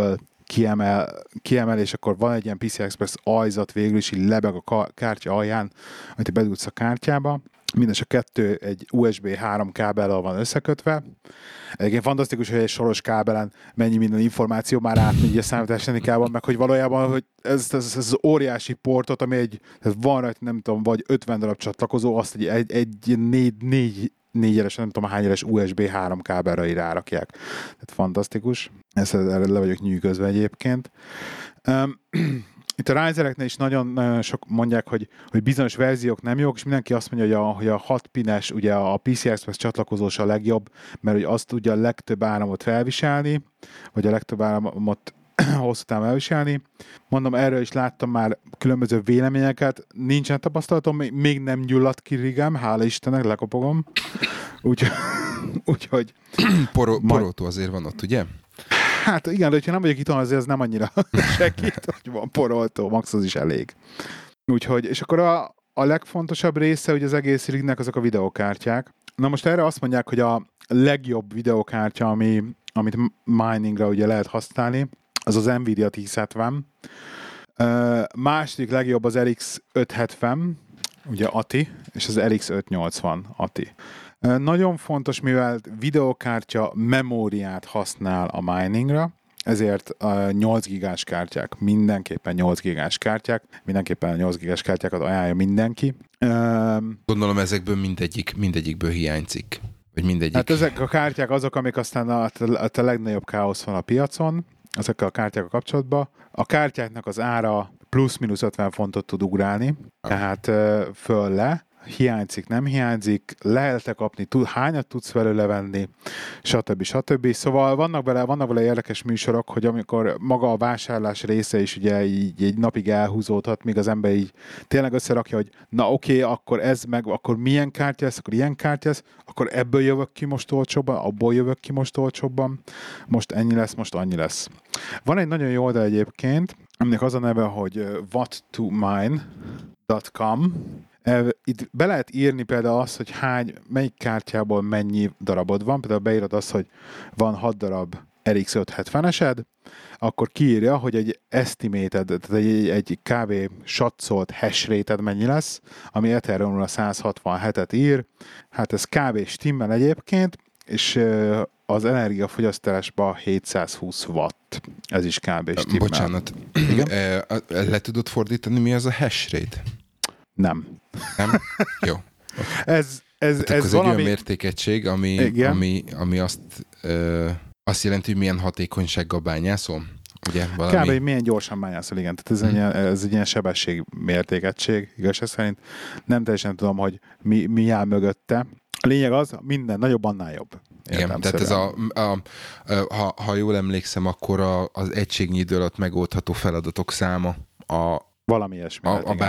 kiemel, és akkor van egy ilyen PCI Express ajzat végül is, így lebeg a kártya alján, amit bedugsz a kártyába. Mindes a kettő egy USB 3 kábellal van összekötve. Egyébként fantasztikus, hogy egy soros kábelen mennyi minden információ már átmegy a számítástechnikában, meg hogy valójában hogy ez óriási portot, ami van rajta, nem tudom, vagy 50 darab csatlakozó, azt egy négyeres, nem tudom hány éres USB 3 kábelre rárakják. Tehát fantasztikus. Ezt erre le vagyok nyűgözve egyébként. Itt a Risereknél is nagyon sok mondják, hogy bizonyos verziók nem jók, és mindenki azt mondja, hogy a 6 pines, ugye a PCI Express csatlakozós a legjobb, mert hogy azt tudja a legtöbb áramot felviselni, vagy a legtöbb áramot hosszú távon elviselni. Mondom, erről is láttam már különböző véleményeket, nincsen tapasztalatom, még nem gyulladt ki rigám, hála Istennek, lekopogom. Úgyhogy... Porótó azért van ott, ugye? Hát igen, de ha nem vagyok itthon, azért ez nem annyira segít, hogy van poroltó, max az is elég. Úgyhogy, és akkor a legfontosabb része, hogy az egész rignek azok a videókártyák. Na most erre azt mondják, hogy a legjobb videókártya, amit miningra ugye lehet használni, az az Nvidia 1070. Második legjobb az RX 570, ugye ATI, és az RX 580 ATI. Nagyon fontos, mivel videókártya memóriát használ a miningra, ezért 8 gigás kártyák, mindenképpen 8 gigás kártyák, mindenképpen a 8 gigás kártyákat ajánlja mindenki. Gondolom ezekből mindegyikből hiányzik. Vagy mindegyik. Hát ezek a kártyák azok, amik aztán a legnagyobb káosz van a piacon, ezekkel a kártyákkal kapcsolatban. A kártyáknak az ára plusz-minusz 50 fontot tud ugrálni, tehát föl-le. Hiányzik, nem hiányzik, lehet kapni, hányat tudsz belőle venni, stb. Szóval vannak vele érdekes műsorok, hogy amikor maga a vásárlás része is ugye így egy napig elhúzódhat, míg az ember így tényleg összerakja, hogy na oké, akkor ez meg, akkor milyen kártya lesz, akkor ilyen kártya lesz, akkor ebből jövök ki most olcsóbban, abból jövök ki most olcsóbban, most ennyi lesz, most annyi lesz. Van egy nagyon jó oldal egyébként, aminek az a neve, hogy whattomine.com. Itt be lehet írni például azt, hogy melyik kártyából mennyi darabod van, például beírod azt, hogy van 6 darab RX 570-esed, akkor kiírja, hogy egy estimated, tehát egy kb. Satszolt hash rate-ed mennyi lesz, ami Ethereumra 167-et ír, hát ez kb. Stimmel egyébként, és az energiafogyasztásban 720 watt. Ez is kb. Stimmel. Bocsánat. Le tudod fordítani, mi az a hash rate? Nem. Nem? Jó. Ez ez valami... egy olyan mértékegység, ami azt jelenti, hogy milyen hatékonysággal bányászol. Ugye, valami... Kb. Milyen gyorsan bányászol, igen. Tehát ez egy ilyen sebességmértékegység, igazság szerint. Nem teljesen tudom, hogy mi áll mögötte. A lényeg az, minden nagyobb, annál jobb. Igen, tehát ez ha jól emlékszem, akkor az egységnyi idő alatt megoldható feladatok száma valami ilyesmi.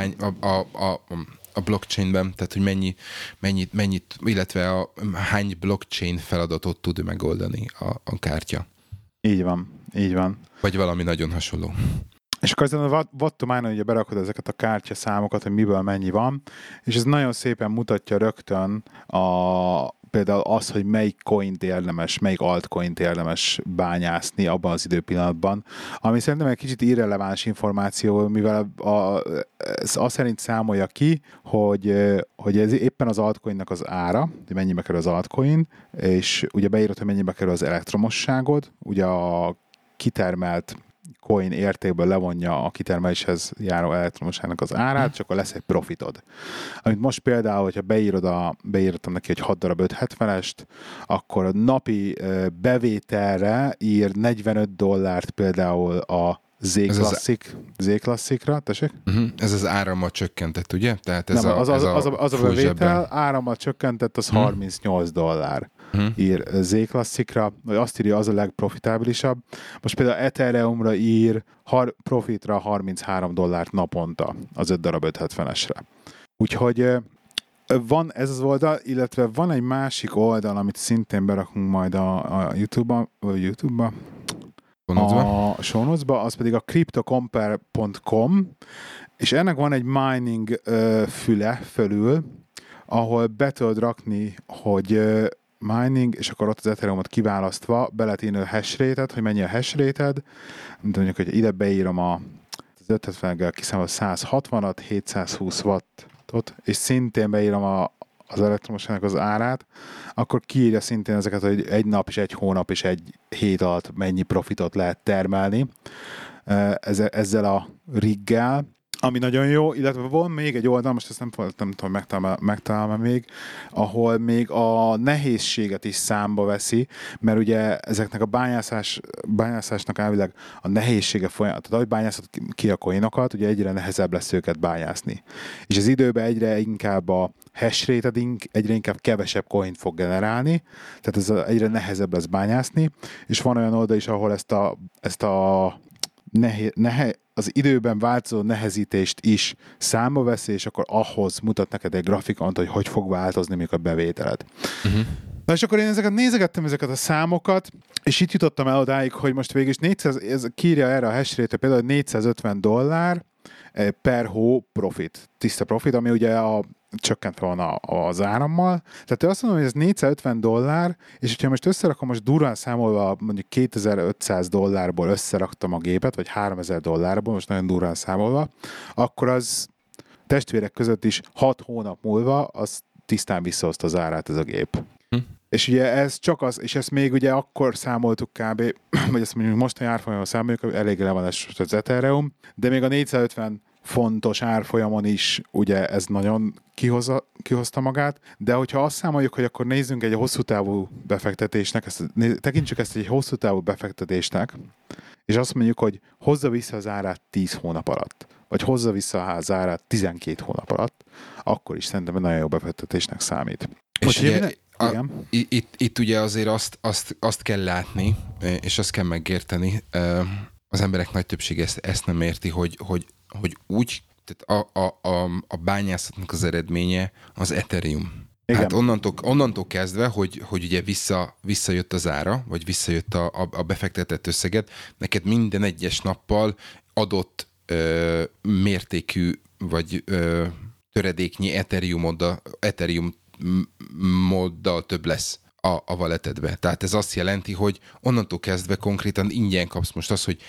A blockchainben, tehát hogy mennyit, illetve hány blockchain feladatot tud megoldani a kártya. Így van. Vagy valami nagyon hasonló. És akkor ezen a Vattományon ugye berakod ezeket a kártyaszámokat, hogy miből mennyi van, és ez nagyon szépen mutatja rögtön például az, hogy melyik coint érdemes, melyik altcoint érdemes bányászni abban az időpillanatban, ami szerintem egy kicsit irreleváns információ, mivel azt szerint számolja ki, hogy ez éppen az altcoinnak az ára, hogy mennyibe kerül az altcoin, és ugye beírod, hogy mennyibe kerül az elektromosságod, ugye a kitermelt coin értékből levonja a kitermeléshez járó elektromosságnak az árát, csak akkor lesz egy profitod. Amit most például, hogyha beírtam neki, hogy 6 darab 570-est, akkor a napi bevételre ír $45 például a Z-Classic-ra, tessék? Ez az árammal csökkentett, ugye? Tehát ez az a bevétel, árammal csökkentett, az $38 ír Z-Classic-ra, vagy azt írja, az a legprofitábilisabb. Most például Ethereumra ír profitra $33 naponta az 5 darab 570-esre. Úgyhogy van ez az oldal, illetve van egy másik oldal, amit szintén berakunk majd a YouTube-ba, a show notes-ba, az pedig a cryptocompare.com, és ennek van egy mining füle fölül, ahol be tudod rakni, hogy mining, és akkor ott az Ethereumot kiválasztva be lehet írni a hash rate-et, hogy mennyi a hash rate-ed, mondjuk, hogy ide beírom az 570-gel kiszámolva 160-at, 720 wattot, és szintén beírom az elektromosságnak az árát, akkor kiírja szintén ezeket, hogy egy nap és egy hónap és egy hét alatt mennyi profitot lehet termelni ezzel a riggel, ami nagyon jó, illetve van még egy oldal, most ezt nem tudom megtalálom még, ahol még a nehézséget is számba veszi, mert ugye ezeknek a bányászásnak elvileg a nehézsége folyamat, tehát ahogy bányászod ki a coinokat, ugye egyre nehezebb lesz őket bányászni. És az időben egyre inkább a hash rate egyre inkább kevesebb coint fog generálni, tehát ez egyre nehezebb lesz bányászni, és van olyan oldal is, ahol ezt a az időben változó nehezítést is számba veszi, és akkor ahhoz mutat neked egy grafikont, hogy fog változni még a bevételed. Uh-huh. Na és akkor én nézegettem ezeket a számokat, és itt jutottam el odáig, hogy most végül is kiírja erre a hash rate-re például $450 per hó profit, tiszta profit, ami ugye csökkentve van az árammal. Tehát ő azt mondom, hogy ez $450, és hogyha most összerakom, most durván számolva mondjuk $2500 összeraktam a gépet, vagy $3000, most nagyon durván számolva, akkor az testvérek között is 6 hónap múlva az tisztán visszahozta az árát ez a gép. És ugye ez csak az, és ezt még ugye akkor számoltuk kb., vagy ezt mondjuk mostani árfolyamon számoljuk, elég le van az Ethereum, de még a 450 fontos árfolyamon is ugye ez nagyon kihozta magát, de hogyha azt számoljuk, hogy akkor nézzünk egy hosszú távú befektetésnek, tekintsük ezt egy hosszú távú befektetésnek, és azt mondjuk, hogy hozza vissza az árát 10 hónap alatt, vagy hozza vissza az árát 12 hónap alatt, akkor is szerintem nagyon jó befektetésnek számít. És ugye, itt ugye azért azt kell látni, és azt kell megérteni, az emberek nagy többsége ezt nem érti, hogy úgy, tehát a bányászatnak az eredménye az Ethereum. Igen. Hát onnantól kezdve, hogy ugye visszajött az ára, vagy visszajött a befektetett összeget, neked minden egyes nappal adott mértékű, vagy töredéknyi Ethereum móddal több lesz a walletedbe. Tehát ez azt jelenti, hogy onnantól kezdve konkrétan ingyen kapsz most az, hogy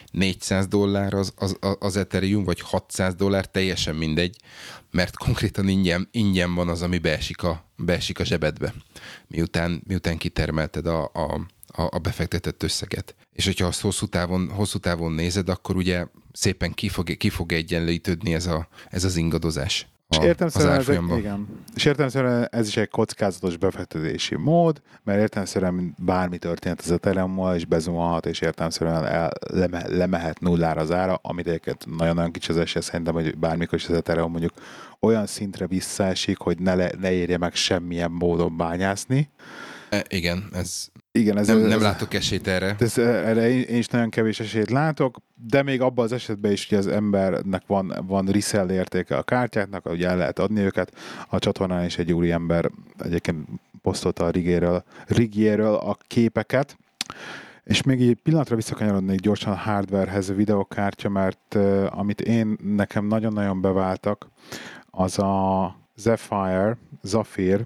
$400 az Ethereum, vagy $600, teljesen mindegy, mert konkrétan ingyen van az, ami beesik a zsebedbe, miután kitermelted a befektetett összeget. És hogyha azt hosszú távon nézed, akkor ugye szépen ki fog egyenlítődni ez az ingadozás. És értelemszerűen ez is egy kockázatos befektetési mód, mert értelemszerűen bármi történt az Ethereum-mal, és bezuhanhat, és értelemszerűen lemehet nullára az ára, amit egyébként nagyon-nagyon kicsi az esély, szerintem, hogy bármikor is az Ethereum mondjuk olyan szintre visszaesik, hogy ne érje meg semmilyen módon bányászni. Igen, nem látok esélyt erre. Erre én is nagyon kevés esélyt látok, de még abban az esetben is, hogy az embernek van resell értéke a kártyáknak, ugye el lehet adni őket. A csatornán is egy úriember egyébként posztolta a rigéről a képeket. És még egy pillanatra visszakanyarodnék gyorsan a hardwarehez, a videokártya, mert amit nekem nagyon-nagyon beváltak, az a Zafir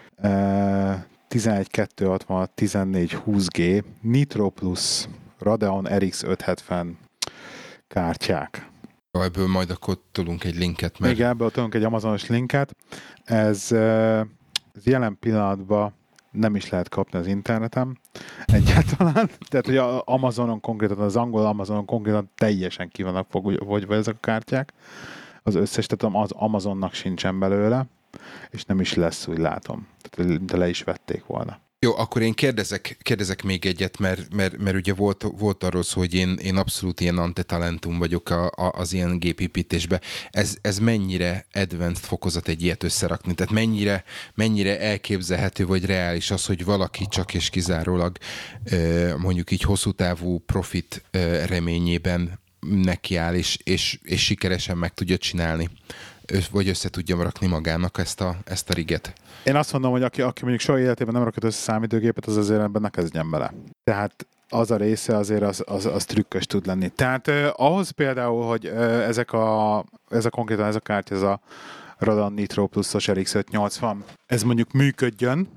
11260 1420G Nitro Plus Radeon RX 570 kártyák. Ebből majd akkor tolunk egy linket. Mert... Igen, ebből tolunk egy Amazonos linket. Ez jelen pillanatban nem is lehet kapni az interneten egyáltalán. Tehát, hogy Amazonon konkrétan, az angol Amazonon konkrétan teljesen ki vannak fogyva ezek a kártyák. Az összes, tehát az Amazonnak sincsen belőle, és nem is lesz, úgy látom. Tehát, de le is vették volna. Jó, akkor én kérdezek még egyet, mert ugye volt arról szó, hogy én abszolút ilyen antitalentum vagyok az ilyen gépépítésbe. Ez mennyire advanced fokozat egy ilyet összerakni? Tehát mennyire elképzelhető vagy reális az, hogy valaki csak és kizárólag mondjuk így hosszú távú profit reményében nekiáll, és sikeresen meg tudja csinálni, vagy össze tudja rakni magának ezt a riget. Én azt mondom, hogy aki mondjuk soha életében nem rakott össze számítógépet, az azért ebben ne kezdjen bele. Tehát az a része azért az trükkös tud lenni. Tehát ahhoz például, hogy ez a kártya, ez a Radeon Nitro Plus-os RX 580, ez mondjuk működjön,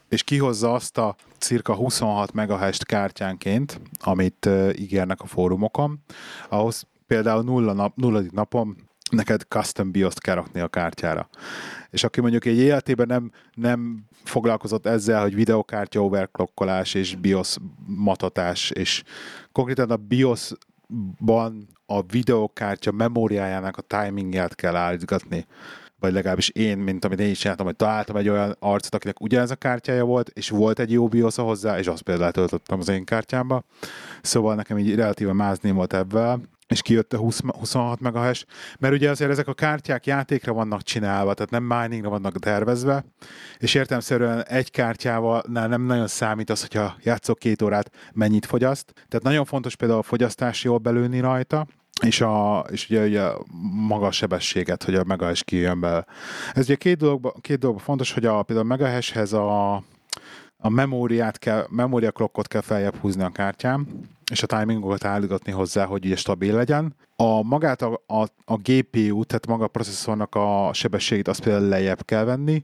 és kihozza azt a cirka 26 MHz kártyánként, amit ígérnek a fórumokon, ahhoz például nulladik napon neked custom BIOS-t kell rakni a kártyára. És aki mondjuk egy életében nem foglalkozott ezzel, hogy videokártya overclockolás és BIOS matatás, és konkrétan a BIOS-ban a videokártya memóriájának a timingját kell állítgatni, vagy legalábbis én, mint amit én is csináltam, hogy találtam egy olyan arcot, akinek ugyanez a kártyája volt, és volt egy jó BIOS-a hozzá, és azt például töltöttem az én kártyámba. Szóval nekem így relatíve mázni volt ebben, és kijött a 26 MHz, mert ugye azért ezek a kártyák játékra vannak csinálva, tehát nem miningra vannak tervezve, és értelemszerűen egy kártyával nem nagyon számít az, hogyha játszok 2 órát, mennyit fogyaszt. Tehát nagyon fontos például a fogyasztás jól belőni rajta, és ugye maga a sebességet, hogy a megahash kijöjjön belőle. Ez ugye két dologban fontos, hogy például a megahashhez a memória clockot kell feljebb húzni a kártyám, és a timingokat állítgatni hozzá, hogy ugye stabil legyen. Magát a GPU, tehát maga a processzornak a sebességét azt például lejjebb kell venni,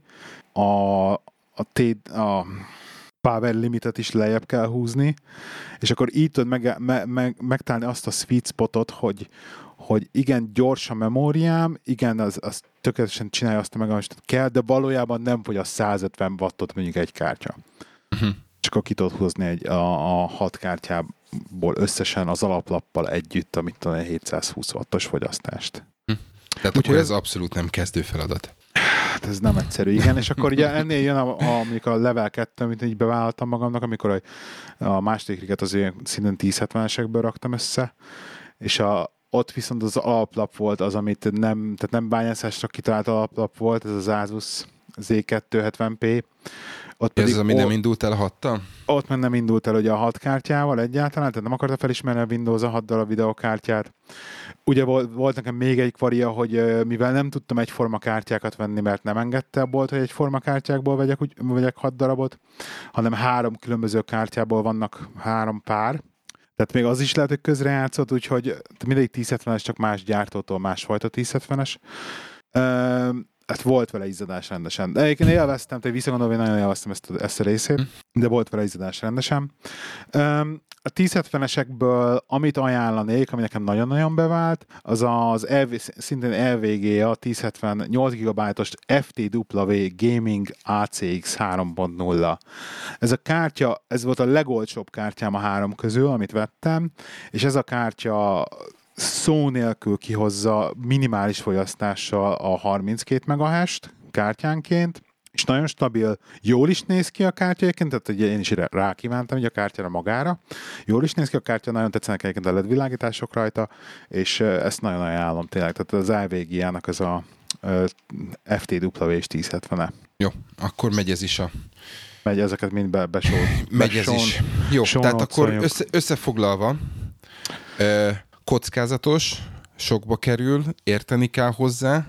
a power limitet is lejjebb kell húzni, és akkor így tudod megtalálni azt a sweet spotot, hogy igen, gyors a memóriám, igen, az tökéletesen csinálja azt a megoldástot kell, de valójában nem fogy a 150 wattot mondjuk egy kártya. Csak akkor ki tudod húzni a 6 kártyából összesen az alaplappal együtt, amit tudom, 720 wattos fogyasztást. Tehát akkor ez abszolút nem kezdő feladat. Hát ez nem egyszerű, igen, és akkor ugye ennél jön amikor a level 2, amit így bevállaltam magamnak, amikor a második riget azért szintén 1070-esekből raktam össze, és ott viszont az alaplap volt az, amit tehát nem bányászásra kitalált alaplap volt, ez az Asus Z270p. Ez az, ami nem indult el a 6-tal? Ott meg nem indult el ugye a 6 kártyával egyáltalán, tehát nem akarta felismerni a Windows a 6 darab videokártyát. Ugye volt nekem még egy varia, hogy mivel nem tudtam egyforma kártyákat venni, mert nem engedte a bolt, hogy egyforma kártyákból vegyek 6 darabot, hanem 3 különböző kártyából vannak 3 pár. Tehát még az is lehet, hogy közrejátszott, úgyhogy mindegyik 1070-es, csak más gyártótól másfajta 1070-es. Hát volt vele izzadás rendesen. De egyébként élveztem, tehát visszagondolva, én nagyon élveztem ezt a részét, de volt vele izzadás rendesen. A 1070-esekből, amit ajánlanék, ami nekem nagyon-nagyon bevált, az szintén LVGA 1070 8 GB-os FTW Gaming ACX 3.0. Ez a kártya, ez volt a legolcsóbb kártyám a 3 közül, amit vettem, és ez a kártya szó nélkül kihozza minimális fogyasztással a 32 MHz-t kártyánként, és nagyon stabil, jól is néz ki a kártya egyébként, tehát ugye én is rákívántam ugye a kártyára magára. Jól is néz ki a kártya, nagyon tetszenek egyébként a LED világítások rajta, és ezt nagyon ajánlom tényleg. Tehát az IVGA-nak ez a FTW és 1070-e. Jó, akkor megy ez is megy ezeket mind besót. Megy ez is. Jó, tehát akkor összefoglalva, kockázatos, sokba kerül, érteni kell hozzá,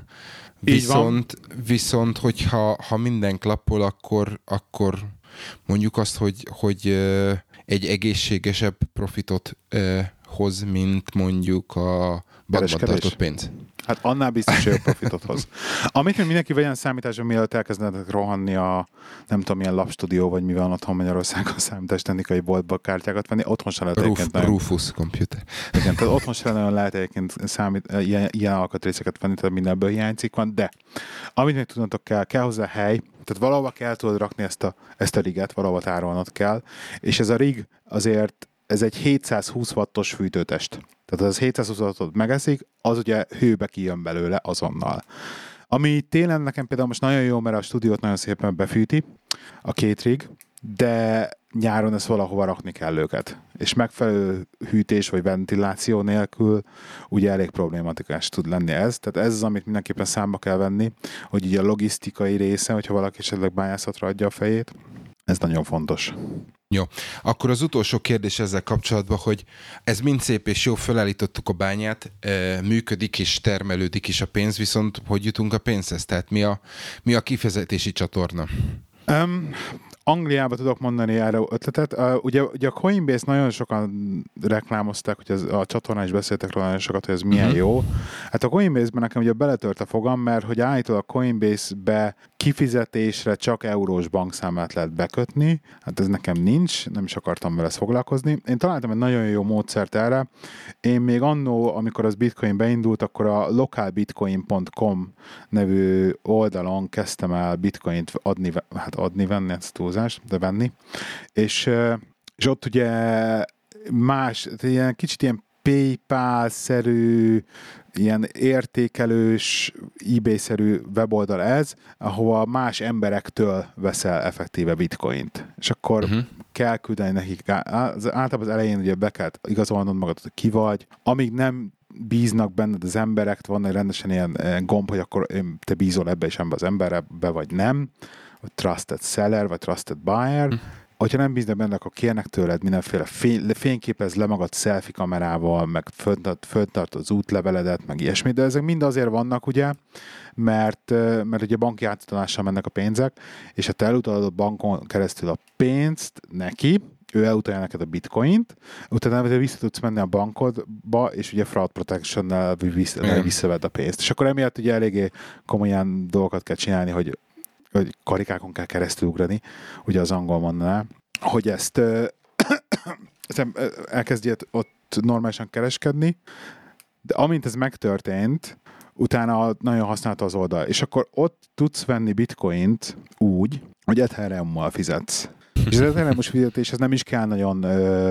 viszont hogyha minden klappol, akkor mondjuk azt, hogy egy egészségesebb profitot hoz, mint mondjuk a bankban tartott pénz. Hát annál biztos, hogy a profitot hoz. Amit mindenki vegyen számításra, mielőtt elkezdenek rohanni a nem tudom, milyen lapstúdió, vagy mi van otthon Magyarországon számítástechnikai boltba kártyákat venni, otthon sem lehet egyébként Rufus computer. Igen, tehát otthon sem nagyon lehet egyébként ilyen alkatrészeket venni, tehát mindenből hiányzik van, de amit még tudnotok kell hozzá hely, tehát valahova kell tudod rakni ezt a riget, valahova tárolnod kell, és ez a rig azért ez egy 720 wattos fűtőtest. Tehát az 720 wattot megeszik, az ugye hőbe kijön belőle azonnal. Ami télen nekem például most nagyon jó, mert a stúdiót nagyon szépen befűti, a 2 rig, de nyáron ezt valahova rakni kell őket. És megfelelő hűtés vagy ventiláció nélkül ugye elég problématikás tud lenni ez. Tehát ez az, amit mindenképpen számba kell venni, hogy ugye a logisztikai része, hogyha valaki esetleg bányászatra adja a fejét, ez nagyon fontos. Jó. Akkor az utolsó kérdés ezzel kapcsolatban, hogy ez mind szép és jó, felállítottuk a bányát, működik és termelődik is a pénz, viszont hogy jutunk a pénzhez? Tehát mi a kifizetési csatorna? Angliába tudok mondani erre ötletet. Ugye a Coinbase nagyon sokan reklámozták, hogy a csatornán is beszéltek róla nagyon sokat, hogy ez milyen jó. Hát a Coinbase-ben nekem ugye beletört a fogam, mert hogy állítólag a Coinbase-be kifizetésre csak eurós bankszámlát lehet bekötni, hát ez nekem nincs, nem is akartam vele foglalkozni. Én találtam egy nagyon jó módszert erre. Én még annó, amikor az Bitcoin beindult, akkor a localbitcoin.com nevű oldalon kezdtem el bitcoint venni, ez túlzás, de venni. És ott ugye más, ilyen kicsit ilyen PayPal-szerű, ilyen értékelős, eBay-szerű weboldal ez, ahova más emberektől veszel effektíve bitcoint. És akkor kell küldeni nekik. Általában az elején ugye be kell igazolnod magad, hogy ki vagy. Amíg nem bíznak benned az emberek, van egy rendesen ilyen gomb, hogy akkor te bízol ebbe és ebbe az emberbe, vagy nem. Vagy trusted seller, vagy trusted buyer. Hogyha nem bíznak benne, akkor kérnek tőled mindenféle fényképez le magad selfie kamerával, meg föntart az útleveledet, meg ilyesmi, de ezek mind azért vannak, ugye, mert ugye banki átutalással mennek a pénzek, és ha te elutalod a bankon keresztül a pénzt neki, ő elutalja neked a bitcoint, utána vissza tudsz menni a bankodba, és ugye fraud protection-nel visszaved a pénzt. És akkor emiatt ugye eléggé komolyan dolgokat kell csinálni, hogy karikákon kell keresztül ugrani, ugye az angol mondaná, hogy ezt elkezdje ott normálisan kereskedni, de amint ez megtörtént, utána nagyon használta az oldal, és akkor ott tudsz venni bitcoint úgy, hogy Ethereum-mal fizetsz. És az Ethereum-os fizetés, ez nem is kell nagyon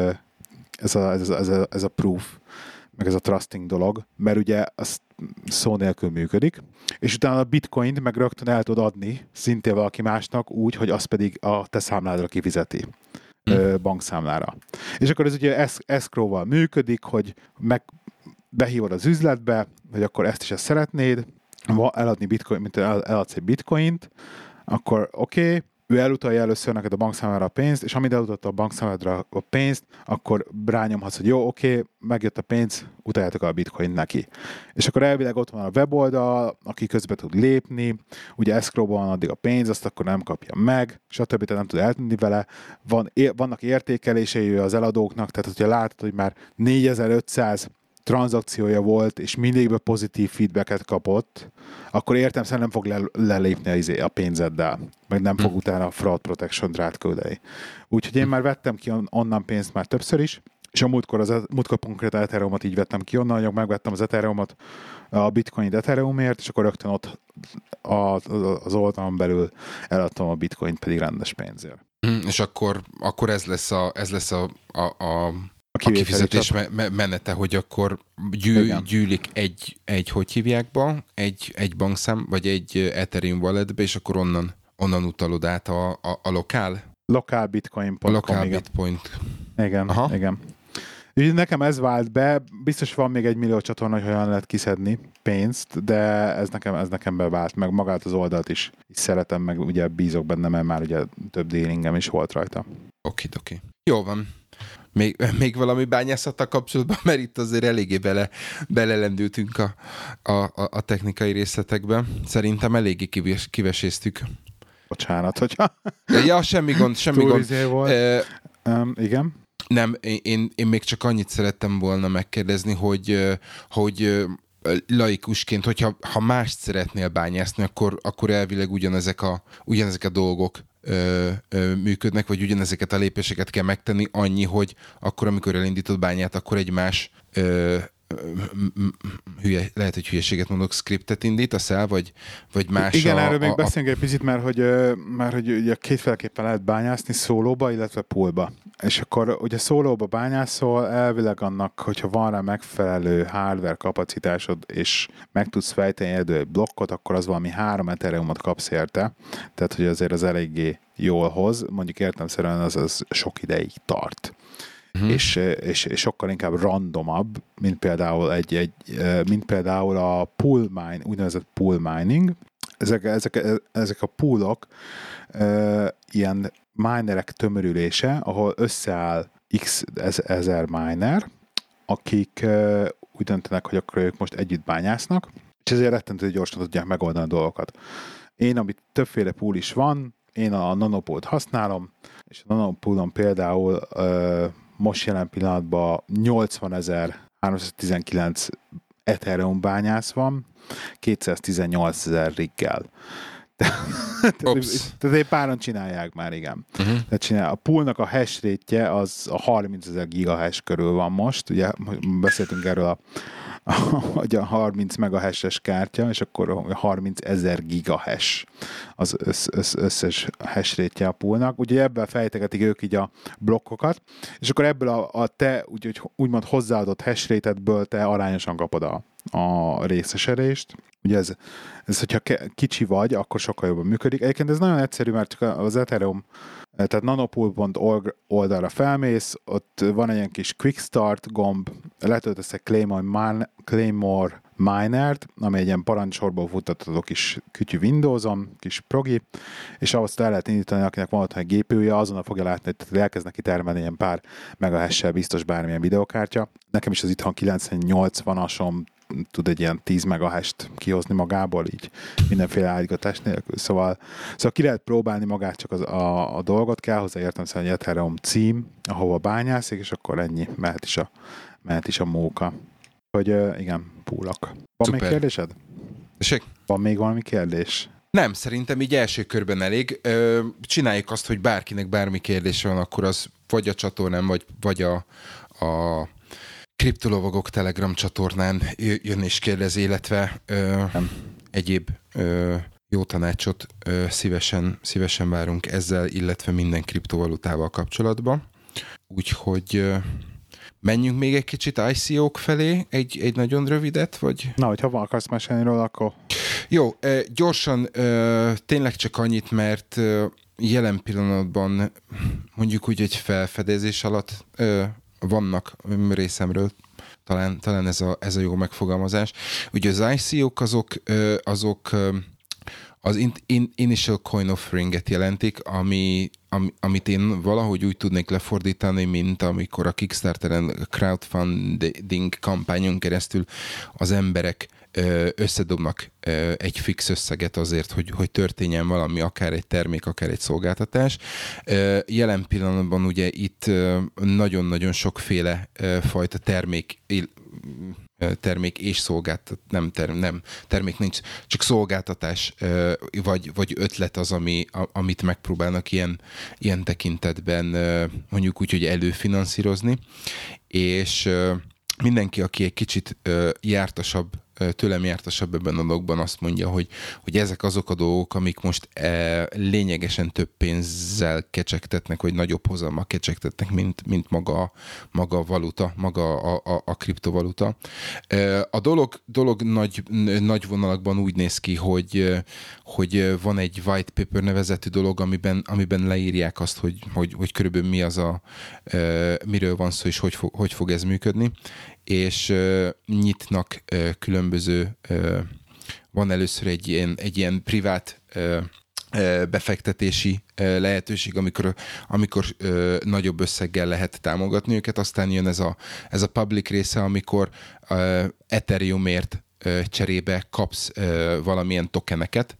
ez a proof, meg ez a trusting dolog, mert ugye az szó nélkül működik, és utána a bitcoint meg rögtön el tudod adni szintén valaki másnak úgy, hogy az pedig a te számládra kifizeti bankszámlára. És akkor ez ugye escrow-val működik, hogy behívod az üzletbe, hogy akkor ezt szeretnéd, eladni bitcoin, mint eladsz egy bitcoint, akkor oké, ő elutalja először neked a bankszámlára a pénzt, és amíg elutatta a bankszámládra a pénzt, akkor rányomhatsz, hogy jó, oké, megjött a pénz, utaljátok a bitcoint neki. És akkor elvileg ott van a weboldal, aki közbe tud lépni, ugye escrow-ban van addig a pénz, azt akkor nem kapja meg, stb. Nem tud eltűnni vele. Vannak értékelései az eladóknak, tehát hogyha látod, hogy már 4500 tranzakciója volt, és mindig pozitív feedbacket kapott, akkor értelemszerűen nem fog lelépni a pénzeddel, meg nem fog utána a fraud protection-t rád küldeni. Úgyhogy én már vettem ki onnan pénzt már többször is, és a múltkor konkrét Ethereum-ot így vettem ki onnan, hogy megvettem az Ethereum-ot, a Bitcoin Ethereumért, és akkor rögtön ott az oldalon belül eladtam a Bitcoint pedig rendes pénzért. És akkor ez lesz a kifizetés menete, hogy akkor gyűlik egy hogy hívják be, egy bankszám, vagy egy Ethereum walletbe, és akkor onnan utalod át a lokál? Localbitcoin.com. Localbitcoin. Igen. Úgyhogy nekem ez vált be, biztos van még 1 millió csatorna, hogy hogyan lehet kiszedni pénzt, de ez nekem bevált, meg magát az oldalt is szeretem, meg ugye bízok benne, mert már ugye több dealingem is volt rajta. Oké. Jó van. Még valami bányászattal kapcsolatban, mert itt azért eléggé belelendültünk a technikai részletekbe. Szerintem eléggé kiveséztük. Bocsánat, hogyha... Ja, semmi gond. Volt. Igen. Nem, én még csak annyit szerettem volna megkérdezni, hogy laikusként, hogyha mást szeretnél bányászni, akkor elvileg ugyanezek a dolgok működnek, vagy ugyanezeket a lépéseket kell megtenni, annyi, hogy akkor, amikor elindítod bányát, akkor egy más lehet, hogy hülyeséget mondok, scriptet indítasz el, vagy más. Igen, erről még beszélünk egy picit, mert hogy ugye kétféleképpen lehet bányászni, szólóba, illetve poolba. És akkor ugye szólóba bányászol, elvileg annak, hogyha van rá megfelelő hardware kapacitásod, és meg tudsz fejteni egy blokkot, akkor az valami 3 Ethereumot kapsz érte. Tehát, hogy azért az eléggé jól hoz. Mondjuk értelemszerűen az sok ideig tart. És sokkal inkább randomabb, mint például a pool mine, úgynevezett pool mining. Ezek a poolok ilyen minerek tömörülése, ahol összeáll x ezer miner, akik úgy döntenek, hogy akkor ők most együtt bányásznak, és ezért rettentő gyorsan tudják megoldani a dolgokat. Én, amit többféle pool is van, én a nanopoolt használom, és a nanopoolon például most jelen pillanatban 80.319 Ethereum bányász van, 218 000 riggel. Tehát egy páran csinálják már, igen. Tehát a poolnak a hash rate-je az a 30 000 gigahash körül van most. Ugye beszéltünk erről hogy a 30 megahash-es kártya, és akkor 30 000 gigahash az összes hash rate-je a poolnak. Ugye ebből fejtegetik ők így a blokkokat, és akkor ebből a te úgymond hozzáadott hash rate-edből te arányosan kapod a részesedést. Ugye ez, hogyha kicsi vagy, akkor sokkal jobban működik. Egyébként ez nagyon egyszerű, mert csak az Ethereum, tehát nanopool.org oldalra felmész, ott van egy ilyen kis quick start gomb, letöltesz egy Claymore Minert, ami egy ilyen parancsorból futtatható kis kütyű Windowson, kis progi, és ahhoz el lehet indítani, akinek van otthon egy GPU-ja, azonnal fogja látni, hogy elkezdnek kitermelni ilyen pár megahash-sel biztos bármilyen videokártya. Nekem is az itthon 9080-asom tud egy ilyen 10 megahash-t kihozni magából, így mindenféle állítgatás nélkül. Szóval ki lehet próbálni magát, csak a dolgot kell hozzá, értem szerint egy Ethereum cím, ahova bányászik, és akkor ennyi, mehet is a móka. Hogy igen, poolok. Van Szuper. még kérdésed? Tessék? Van még valami kérdés? Nem, szerintem így első körben elég. Csináljuk azt, hogy bárkinek bármi kérdése van, akkor az vagy a csatornán, vagy a Kriptolovagok Telegram csatornán jön és kérdez, illetve egyéb jó tanácsot szívesen várunk ezzel, illetve minden kriptovalutával kapcsolatban. Úgyhogy menjünk még egy kicsit ICO-k felé, egy nagyon rövidet, vagy? Na, hogyha van akarsz mesélni róla, akkor... Jó, gyorsan tényleg csak annyit, mert jelen pillanatban mondjuk úgy egy felfedezés alatt vannak részemről, talán ez a jó megfogalmazás. Ugye az ICO-k azok az Initial Coin Offering-et jelentik, amit én valahogy úgy tudnék lefordítani, mint amikor a Kickstarteren crowdfunding kampányon keresztül az emberek összedobnak egy fix összeget azért, hogy történjen valami, akár egy termék, akár egy szolgáltatás. Jelen pillanatban ugye itt nagyon-nagyon sokféle fajta termék és szolgáltatás, nem, termék nincs, csak szolgáltatás vagy ötlet az, amit megpróbálnak ilyen tekintetben mondjuk úgy, hogy előfinanszírozni, és mindenki, aki egy kicsit tőlem jártasabb ebben a dologban azt mondja, hogy ezek azok a dolgok, amik most lényegesen több pénzzel kecsegtetnek, vagy nagyobb hozammal kecsegtetnek, mint maga a valuta, maga a kriptovaluta. A dolog nagy vonalakban úgy néz ki, hogy van egy white paper nevezetű dolog, amiben leírják azt, hogy körülbelül mi az miről van szó, és hogy fog ez működni. És nyitnak különböző, van először egy ilyen privát befektetési lehetőség, amikor nagyobb összeggel lehet támogatni őket, aztán jön ez a public része, amikor Ethereumért cserébe kapsz valamilyen tokeneket,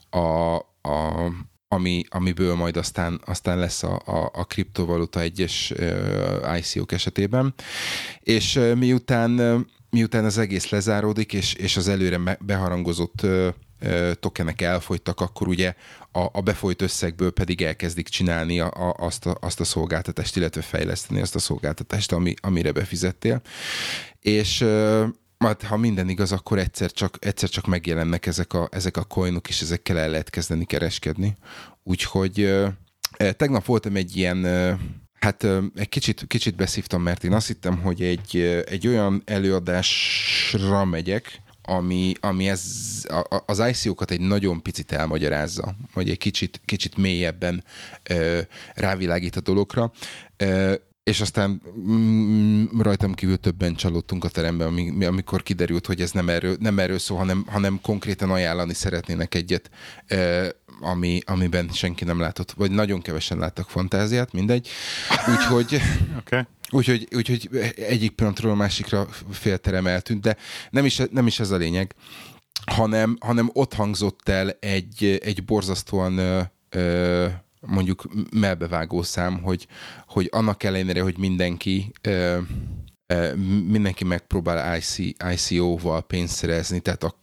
amiből majd aztán lesz a kriptovaluta egyes ICO-k esetében. És miután az egész lezáródik, és az előre beharangozott tokenek elfogytak, akkor ugye a befolyt összegből pedig elkezdik csinálni azt a szolgáltatást, illetve fejleszteni azt a szolgáltatást, amire befizettél. És ha minden igaz, akkor egyszer csak megjelennek ezek a coinok, és ezekkel el lehet kezdeni kereskedni. Úgyhogy tegnap voltam egy ilyen, egy kicsit beszívtam, mert én azt hittem, hogy egy olyan előadásra megyek, ami az ICO-kat egy nagyon picit elmagyarázza, vagy egy kicsit mélyebben rávilágít a dologra. És aztán rajtam kívül többen csalódtunk a teremben, amikor kiderült, hogy ez nem erről szól, hanem konkrétan ajánlani szeretnének egyet, amiben senki nem látott, vagy nagyon kevesen láttak fantáziát, mindegy. Úgyhogy... Okay. Úgyhogy egyik pillanatról a másikra félterem eltűnt, de nem is ez a lényeg, hanem ott hangzott el egy borzasztóan mondjuk melbevágó szám, hogy annak ellenére, hogy mindenki mindenki megpróbál ICO-val pénzt szerezni, tehát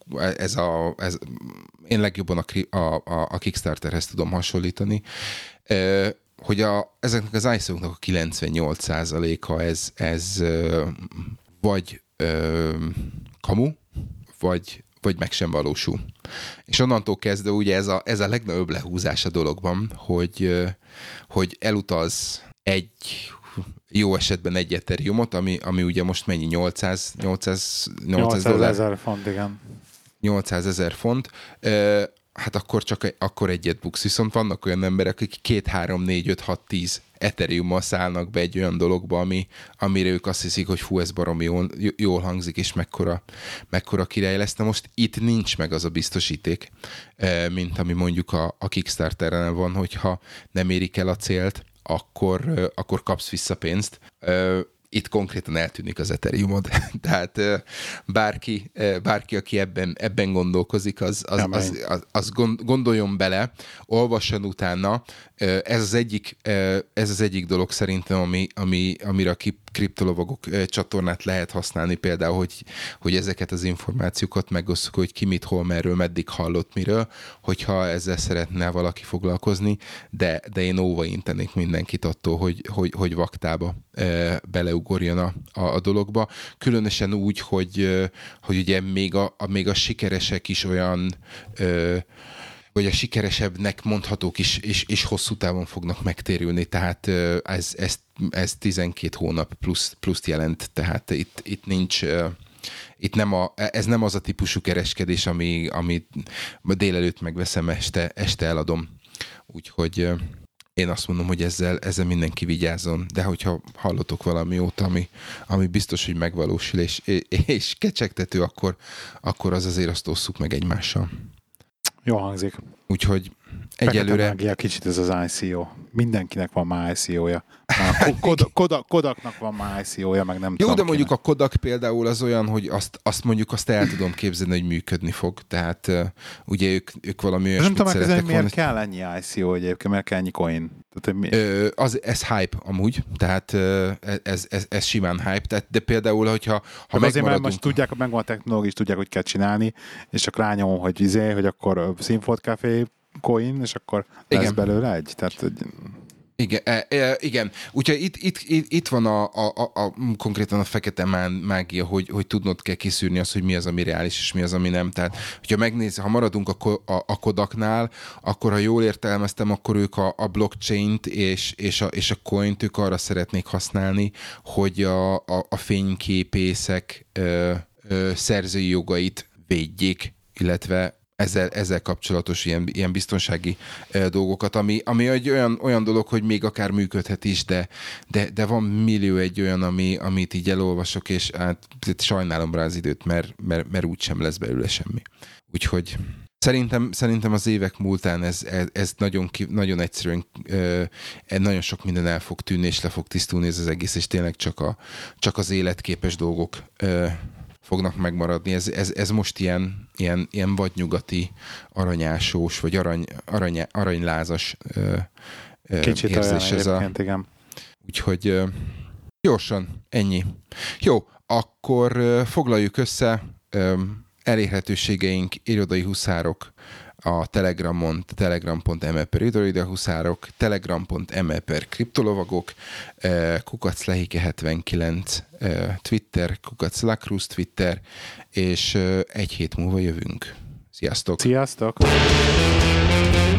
én legjobban a Kickstarterhez tudom hasonlítani, hogy ezeknek az ICO-knak a 98%-a ez vagy kamu, vagy meg sem valósul. És onnantól kezdve ugye ez a legnagyobb lehúzás a dologban, hogy elutaz jó esetben egy Ethereumot, ami ugye most mennyi? 800 dollár? 000 font, igen. 800 000 font. Hát akkor egyet buksz. Viszont vannak olyan emberek, akik 2, 3, 4, 5, 6, 10 Ethereummal szállnak be egy olyan dologba, amire ők azt hiszik, hogy fú, ez baromi jól hangzik, és mekkora király lesz. Na most itt nincs meg az a biztosíték, mint ami mondjuk a Kickstarteren van, hogyha nem érik el a célt, akkor kapsz vissza pénzt. Itt konkrétan eltűnik az Ethereumod. Tehát bárki, aki ebben gondolkozik, az gondoljon bele, olvasson utána. Ez az egyik dolog szerintem, amire a kriptolovagok csatornát lehet használni, például, hogy ezeket az információkat megosztjuk, hogy ki mit, hol, merről, meddig hallott, miről, hogyha ezzel szeretne valaki foglalkozni, de én óvaintenék mindenkit attól, hogy vaktába beleugorjon a dologba. Különösen úgy, hogy ugye még a sikeresek is olyan vagy a sikeresebbnek mondhatók is hosszú távon fognak megtérülni, tehát ez 12 hónap pluszt jelent, tehát itt nincs, ez nem az a típusú kereskedés, ami délelőtt megveszem, este eladom. Úgyhogy én azt mondom, hogy ezzel mindenki vigyázzon, de hogyha hallotok valami jót, ami biztos, hogy megvalósul, és kecsegtető, akkor azért azt osszuk meg egymással. Jó hangzik. Úgyhogy egyelőre... Kicsit ez az ICO. Mindenkinek van már ICO-ja. Kodaknak van már ICO-ja, meg nem tudom. Jó, de mondjuk a Kodak például az olyan, hogy azt el tudom képzelni, hogy működni fog. Tehát ugye ők valami olyasmit szerettek volna. Miért kell ennyi ICO egyébként, miért kell ennyi coin? Ez hype amúgy, tehát ez simán hype, tehát, de például, hogyha azért, mert most tudják, megvan a technológia, és tudják, hogy kell csinálni, és csak rányomom, hogy akkor Színfolt Café coin, és akkor lesz belőle egy. Tehát, igen. Úgyhogy itt van konkrétan a fekete mágia, hogy tudnod kell kiszűrni azt, hogy mi az, ami reális, és mi az, ami nem. Tehát, hogyha maradunk a Kodaknál, akkor ha jól értelmeztem, akkor ők a blockchain-t és a coint ők arra szeretnék használni, hogy a fényképészek szerzői jogait védjék, illetve ezzel kapcsolatos ilyen biztonsági dolgokat, ami egy olyan dolog, hogy még akár működhet is, de van millió egy olyan, amit így elolvasok, és hát sajnálom rá az időt, mert úgysem lesz belőle semmi. Úgyhogy szerintem az évek múltán ez nagyon egyszerűen nagyon sok minden el fog tűnni, és le fog tisztulni ez az egész, és tényleg csak az életképes dolgok fognak megmaradni. Ez most ilyen vadnyugati, aranyásós, vagy aranylázas kicsit érzés. Olyan igen. Úgyhogy gyorsan, ennyi. Jó, akkor foglaljuk össze elérhetőségeink, irodai huszárok a Telegramon, telegram.me/irodaihuszárok, telegram.me/kriptolovagok, @lehike79 Twitter, @lakrus Twitter, és egy hét múlva jövünk. Sziasztok! Sziasztok!